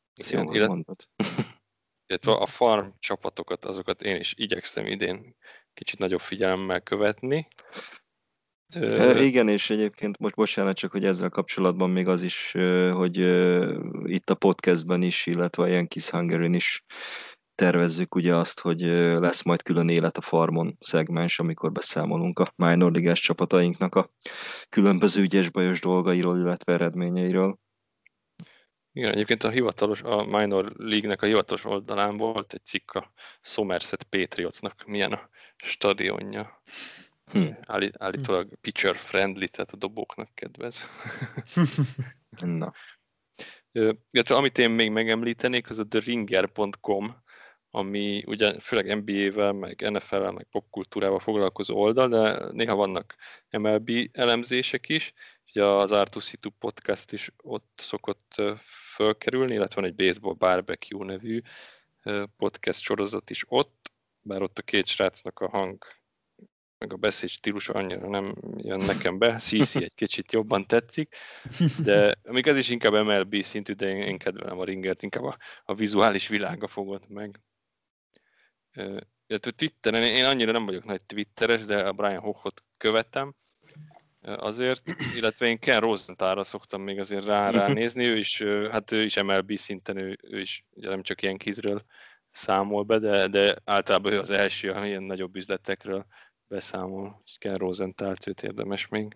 Illetve a farm csapatokat, azokat én is igyekszem idén kicsit nagyobb figyelemmel követni. Igen, és egyébként most bocsánat, csak hogy ezzel kapcsolatban még az is, hogy itt a podcastben is, illetve a Yankees Hungary-n is tervezzük ugye azt, hogy lesz majd külön Élet a farmon szegmens, amikor beszámolunk a minor ligás csapatainknak a különböző ügyes-bajos dolgairól, illetve eredményeiről. Igen, egyébként a Minor League-nek a hivatalos oldalán volt egy cikk a Somerset Patriotsnak, milyen a stadionja. Állítólag pitcher friendly, tehát a dobóknak kedvez. Na. Illetve amit én még megemlítenék, az a theringer.com, ami ugye főleg NBA-vel, meg NFL-vel, meg popkultúrával foglalkozó oldal, de néha vannak MLB elemzések is. Ugye az R2C2 podcast is ott szokott fölkerülni, illetve van egy Baseball Barbecue nevű podcast sorozat is ott, bár ott a két srácnak a hang meg a beszéd stílusa annyira nem jön nekem be. CC egy kicsit jobban tetszik, de még ez is inkább MLB szintű, de én kedvelem a Ringert, inkább a vizuális világa fogott meg. Twitteren, én annyira nem vagyok nagy twitteres, de a Brian Hochot követem azért, illetve én Ken Rosenthalra szoktam még azért ránézni, ő is MLB szinten, ő is ugye nem csak Yankeesről számol be, de általában ő az első, ami ilyen nagyobb üzletekről beszámol. Ken Rosenthalt, őt érdemes még.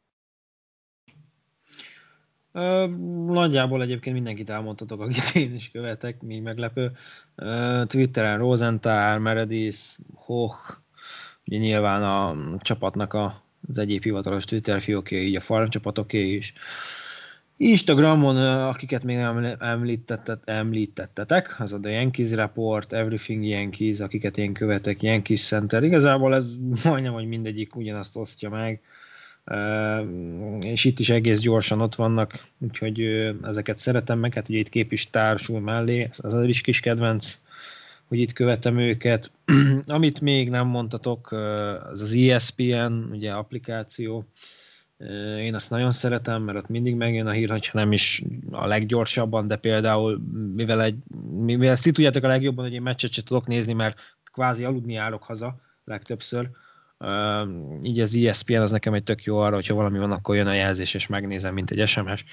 Nagyjából egyébként mindenkit elmondhatok, akit én is követek, mi meglepő. Twitteren Rosenthal, Meredith, Hoch, ugye nyilván a csapatnak az egyéb hivatalos Twitter fiókjai, így a farm csapatoké is. Instagramon, akiket még említettetek, az a The Yankees Report, Everything Yankees, akiket én követek, Yankees Center. Igazából ez majdnem, hogy mindegyik ugyanazt osztja meg, és itt is egész gyorsan ott vannak, úgyhogy ezeket szeretem meg, hát ugye itt kép is társul mellé, ez az is kis kedvenc, hogy itt követem őket. Amit még nem mondtatok, az ESPN, ugye applikáció, én azt nagyon szeretem, mert ott mindig megjön a hír, hogyha nem is a leggyorsabban, de például, mivel ezt ti tudjátok a legjobban, hogy én meccset sem tudok nézni, mert kvázi aludni állok haza legtöbbször, így az ESPN az nekem egy tök jó arra, hogyha valami van, akkor jön a jelzés, és megnézem, mint egy SMS.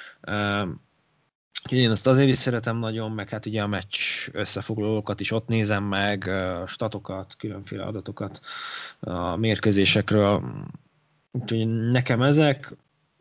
Én azt azért is szeretem nagyon, meg hát ugye a meccs összefoglalókat is ott nézem meg, statokat, különféle adatokat a mérkőzésekről. Úgyhogy nekem ezek,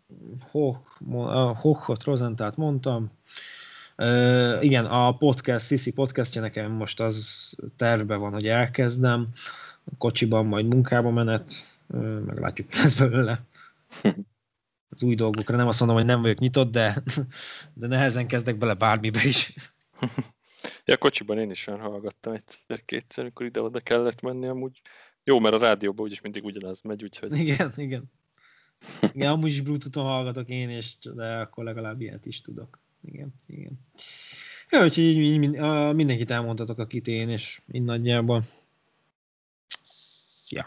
Hochot, Rosenthalt mondtam. Igen, a podcast, Sisi podcastja nekem most az tervben van, hogy elkezdem. A kocsiban majd munkába menet, meglátjuk, lesz belőle. Az új dolgokra nem azt mondom, hogy nem vagyok nyitott, de nehezen kezdek bele bármibe is. Ja, a kocsiban én is olyan hallgattam egyszer-kétszer, amikor ide-oda kellett menni amúgy. Jó, mert a rádióban úgyis mindig ugyanaz megy, úgyhogy... Igen. Igen, amúgy is Bluetooth-on hallgatok én, de akkor legalább ilyet is tudok. Igen. Jó, úgyhogy így mindenkit elmondhatok, akit én, és így nagyjából. Ja.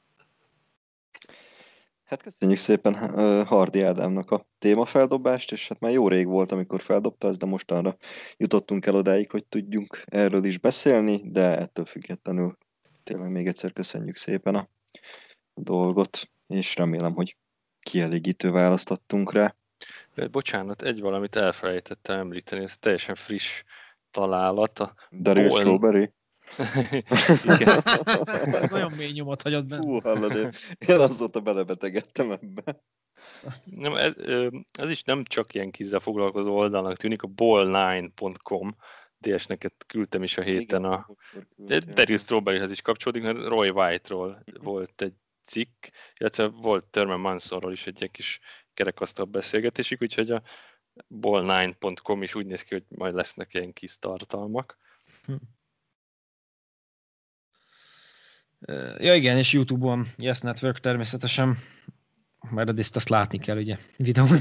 Hát köszönjük szépen Hardy Ádámnak a témafeldobást, és hát már jó rég volt, amikor feldobta ezt, de mostanra jutottunk el odáig, hogy tudjunk erről is beszélni, de ettől függetlenül tényleg még egyszer köszönjük szépen a dolgot, és remélem, hogy kielégítő választ adtunk rá. De bocsánat, egy valamit elfelejtettem említeni, ez teljesen friss találat. Daryl Strawberry? Igen. Ez nagyon mély nyomot hagyott benne. Hú, hallod, én azóta belebetegedtem ebbe. Nem, ez is nem csak ilyen kizzel foglalkozó oldalnak tűnik, a ball9.com, DS-neket küldtem is a héten. Daryl Strawberryhez is kapcsolódik, mert Roy White-ról volt egy cikk, illetve volt Thurman Mansonról is egy kis kerekasztal beszélgetésük, úgyhogy a ball9.com is úgy néz ki, hogy majd lesznek ilyen kis tartalmak. Ja igen, és YouTube-on Yes Network természetesen, mert azt látni kell ugye videón.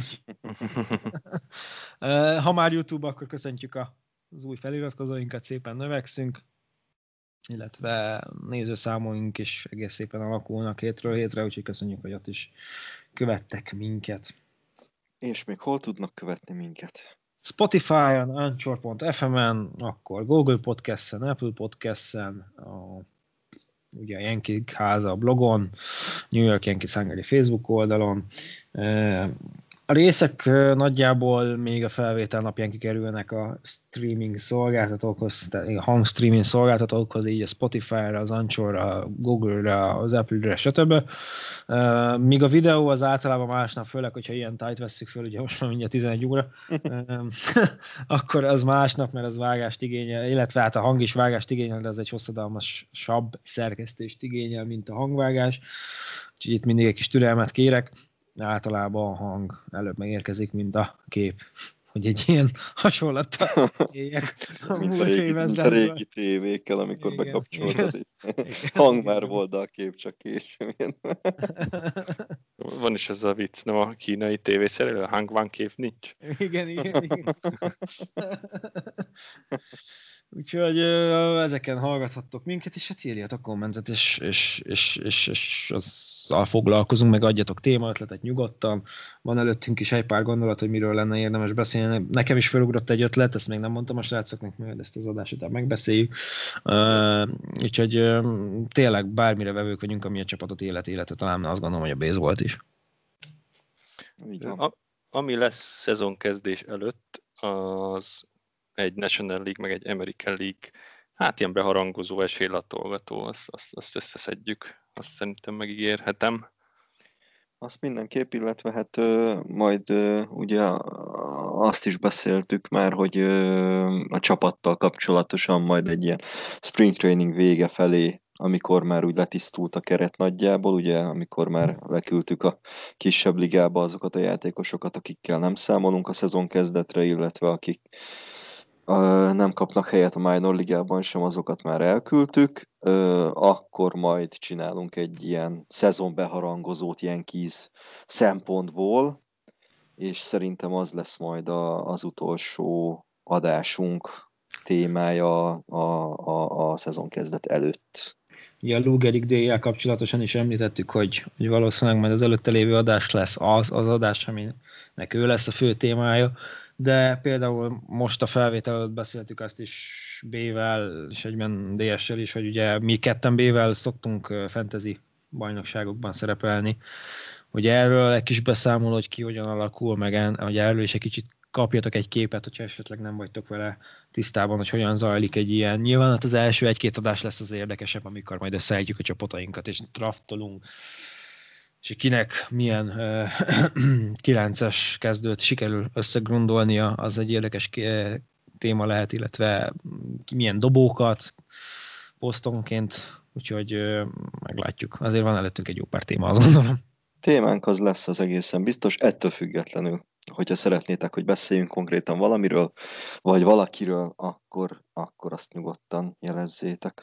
Ha már YouTube, akkor köszöntjük az új feliratkozóinkat, szépen növekszünk, illetve nézőszámolunk is egész szépen alakulnak hétről hétre, úgyhogy köszönjük, hogy ott is követtek minket. És még hol tudnak követni minket? Spotify-on, Anchor.fm-en, akkor Google Podcast-en, Apple Podcast-en, a ugye a Yankee háza a blogon, New York Yankees Hungary Facebook oldalon. A részek nagyjából még a felvétel napján kikerülnek a streaming szolgáltatókhoz, tehát a hangstreaming szolgáltatókhoz, így a Spotify-ra, az Anchor-ra, a Google-ra, az Apple-re, stb. Míg a videó az általában másnap, főleg, hogyha ilyen tájt vesszük föl, ugye most már mindjárt 11 óra, akkor az másnap, mert az vágást igényel, illetve hát a hang is vágást igényel, de az egy hosszadalmasabb szerkesztést igényel, mint a hangvágás. Úgyhogy itt mindig egy kis türelmet kérek. Általában a hang előbb megérkezik, mint a kép. Hogy egy ilyen hasonlattal éljek. Mint a régi tévékkel, amikor bekapcsoltad. Hang már volt, de a kép csak később. Van is ez a vicc, nem a kínai tévészerelő, a hang van, kép nincs. Igen. Úgyhogy ezeken hallgathattok minket, és hát írjatok kommentet, és azzal foglalkozunk, meg adjatok témaötletet nyugodtan. Van előttünk is egy pár gondolat, hogy miről lenne érdemes beszélni. Nekem is felugrott egy ötlet, ezt még nem mondtam a srácoknak, majd ezt az adás után megbeszéljük. Úgyhogy tényleg bármire vevők vagyunk, ami a csapatot élete, talán azt gondolom, hogy a baseball is. Ami lesz szezonkezdés előtt, az egy National League, meg egy American League, hát ilyen beharangozó, esélylatolgató, azt összeszedjük, azt szerintem megígérhetem. Azt mindenképp, illetve hát majd ugye azt is beszéltük már, hogy a csapattal kapcsolatosan majd egy ilyen spring training vége felé, amikor már úgy letisztult a keret nagyjából, ugye, amikor már leküldtük a kisebb ligába azokat a játékosokat, akikkel nem számolunk a szezon kezdetre, illetve akik nem kapnak helyet a minor ligában sem, azokat már elküldtük, akkor majd csinálunk egy ilyen szezonbeharangozót Yankees szempontból, és szerintem az lesz majd az utolsó adásunk témája a szezon kezdet előtt. Ja, a Lou Gehrig Day-jel kapcsolatosan is említettük, hogy valószínűleg majd az előtte lévő adás lesz az adás, aminek ő lesz a fő témája, de például most a felvétel előtt beszéltük azt is B-vel, és egyben DS-sel is, hogy ugye mi ketten B-vel szoktunk fantasy bajnokságokban szerepelni, hogy erről egy kis beszámoló, hogy ki hogyan alakul, meg hogy erről is egy kicsit kapjatok egy képet, hogyha esetleg nem vagytok vele tisztában, hogy hogyan zajlik egy ilyen. Nyilván hát az első egy-két adás lesz az érdekesebb, amikor majd összeállítjuk a csapatainkat, és draftolunk, és kinek milyen 9-es kezdőt sikerül összegrundolnia, az egy érdekes téma lehet, illetve milyen dobókat posztonként, úgyhogy meglátjuk. Azért van előttünk egy jó pár téma, azt gondolom. Témánk az lesz az egészen biztos, ettől függetlenül, hogyha szeretnétek, hogy beszéljünk konkrétan valamiről, vagy valakiről, akkor azt nyugodtan jelezzétek.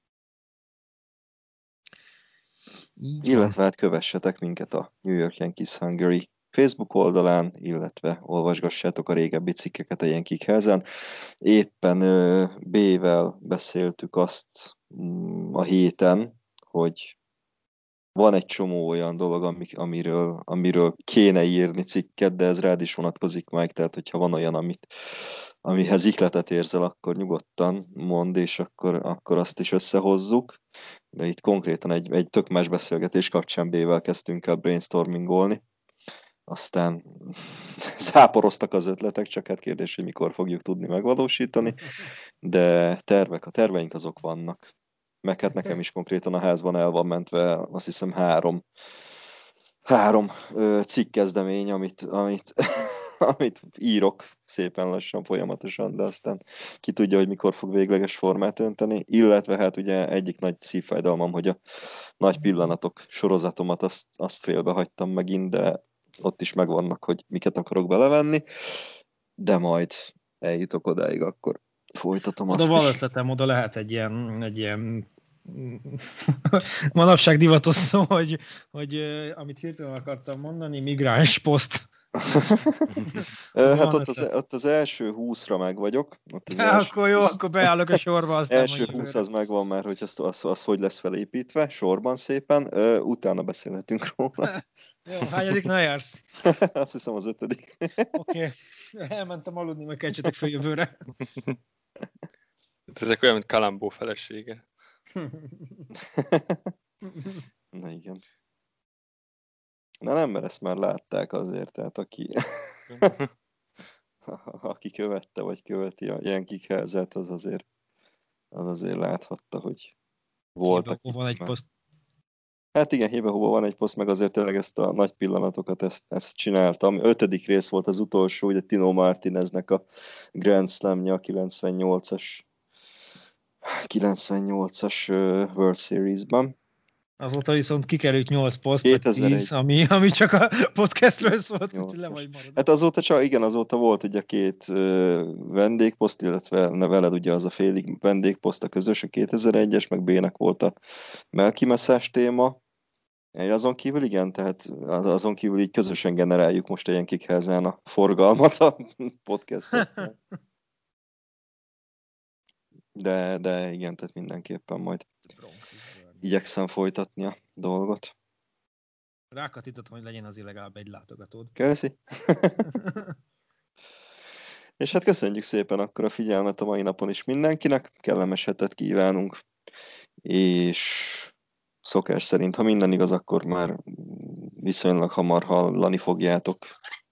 Illetve hát kövessetek minket a New York Yankees Hungary Facebook oldalán, illetve olvasgassátok a régebbi cikkeket a Yankee házen. Éppen B-vel beszéltük azt a héten, hogy van egy csomó olyan dolog, amiről kéne írni cikket, de ez rád is vonatkozik meg, tehát hogyha van olyan, amihez ihletet érzel, akkor nyugodtan mondd, és akkor azt is összehozzuk. De itt konkrétan egy tök más beszélgetés kapcsán B-vel kezdtünk el brainstormingolni. Aztán záporoztak az ötletek, csak hát kérdés, hogy mikor fogjuk tudni megvalósítani, de a terveink azok vannak. Meg hát nekem is konkrétan a házban el van mentve, azt hiszem három cikkezdemény, amit írok szépen lassan, folyamatosan, de aztán ki tudja, hogy mikor fog végleges formát önteni, illetve hát ugye egyik nagy szívfájdalmam, hogy a nagy pillanatok sorozatomat azt félbehagytam megint, de ott is megvannak, hogy miket akarok belevenni, de majd eljutok odáig, akkor folytatom azt is. Oda van ötletem, oda lehet egy ilyen manapság divatos szó, hogy amit hirtelen akartam mondani, migráns poszt. Hát ott az első 20-ra meg vagyok. Akkor jó, akkor beállok a sorba. Az első 20 az megvan már, hogy az hogy lesz felépítve, sorban szépen. Utána beszélhetünk róla. Jó, hányadiknál jársz? Azt hiszem az 5. Oké. Elmentem aludni, meg keltsetek fel jövőre. Ezek olyan, mint Kalambó felesége. Na igen. Na nem, mert ezt már látták azért, tehát aki követte, vagy követi a Yankee House-et, az azért láthatta, hogy voltak. Van egy poszt. Hát igen, hébe-hóba van egy poszt, meg azért tényleg ezt a nagy pillanatokat, ezt csináltam. 5. rész volt az utolsó, ugye Tino Martineznek a Grand Slamja, a 98-as World Series-ben. Azóta viszont kikerült 8 poszt, 10, ami csak a podcastről szólt, úgyhogy le vagy marad. Hát azóta volt ugye 2 vendégposzt, illetve veled ugye az a félig vendégposzt a közös, a 2001-es, meg B-nek volt a Melky Message téma. Azon kívül igen, tehát azon kívül így közösen generáljuk most a Yankee House-án a forgalmat a podcastet. De igen, tehát mindenképpen majd igyekszem folytatni a dolgot. Rákatítottam, hogy legyen azért legalább egy látogatód. Köszi. És hát köszönjük szépen akkor a figyelmet a mai napon is mindenkinek. Kellemes hetet kívánunk. És szokás szerint, ha minden igaz, akkor már viszonylag hamar hallani fogjátok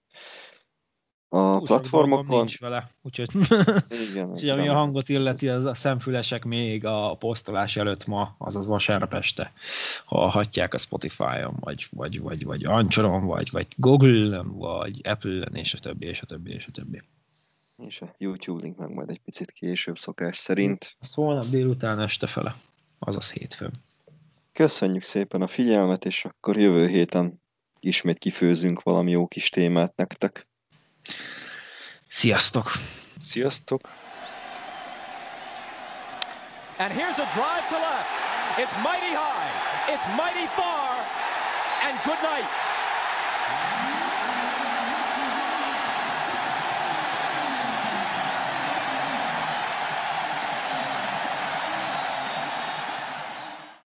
a platformokon. Nincs vele, úgyhogy igen, ami a hangot illeti, az a szemfülesek még a posztolás előtt ma, azaz vasárnap este hallhatják a Spotify-on, vagy Anchoron, vagy Google-on, vagy Apple-on, és a többi. És a YouTube link meg majd egy picit később szokás szerint. Azt holnap délután este fele, azaz hétfőn. Köszönjük szépen a figyelmet, és akkor jövő héten ismét kifőzünk valami jó kis témát nektek. Sziasztok! Sziasztok! And here's a drive to left. It's mighty high. It's mighty far. And good night.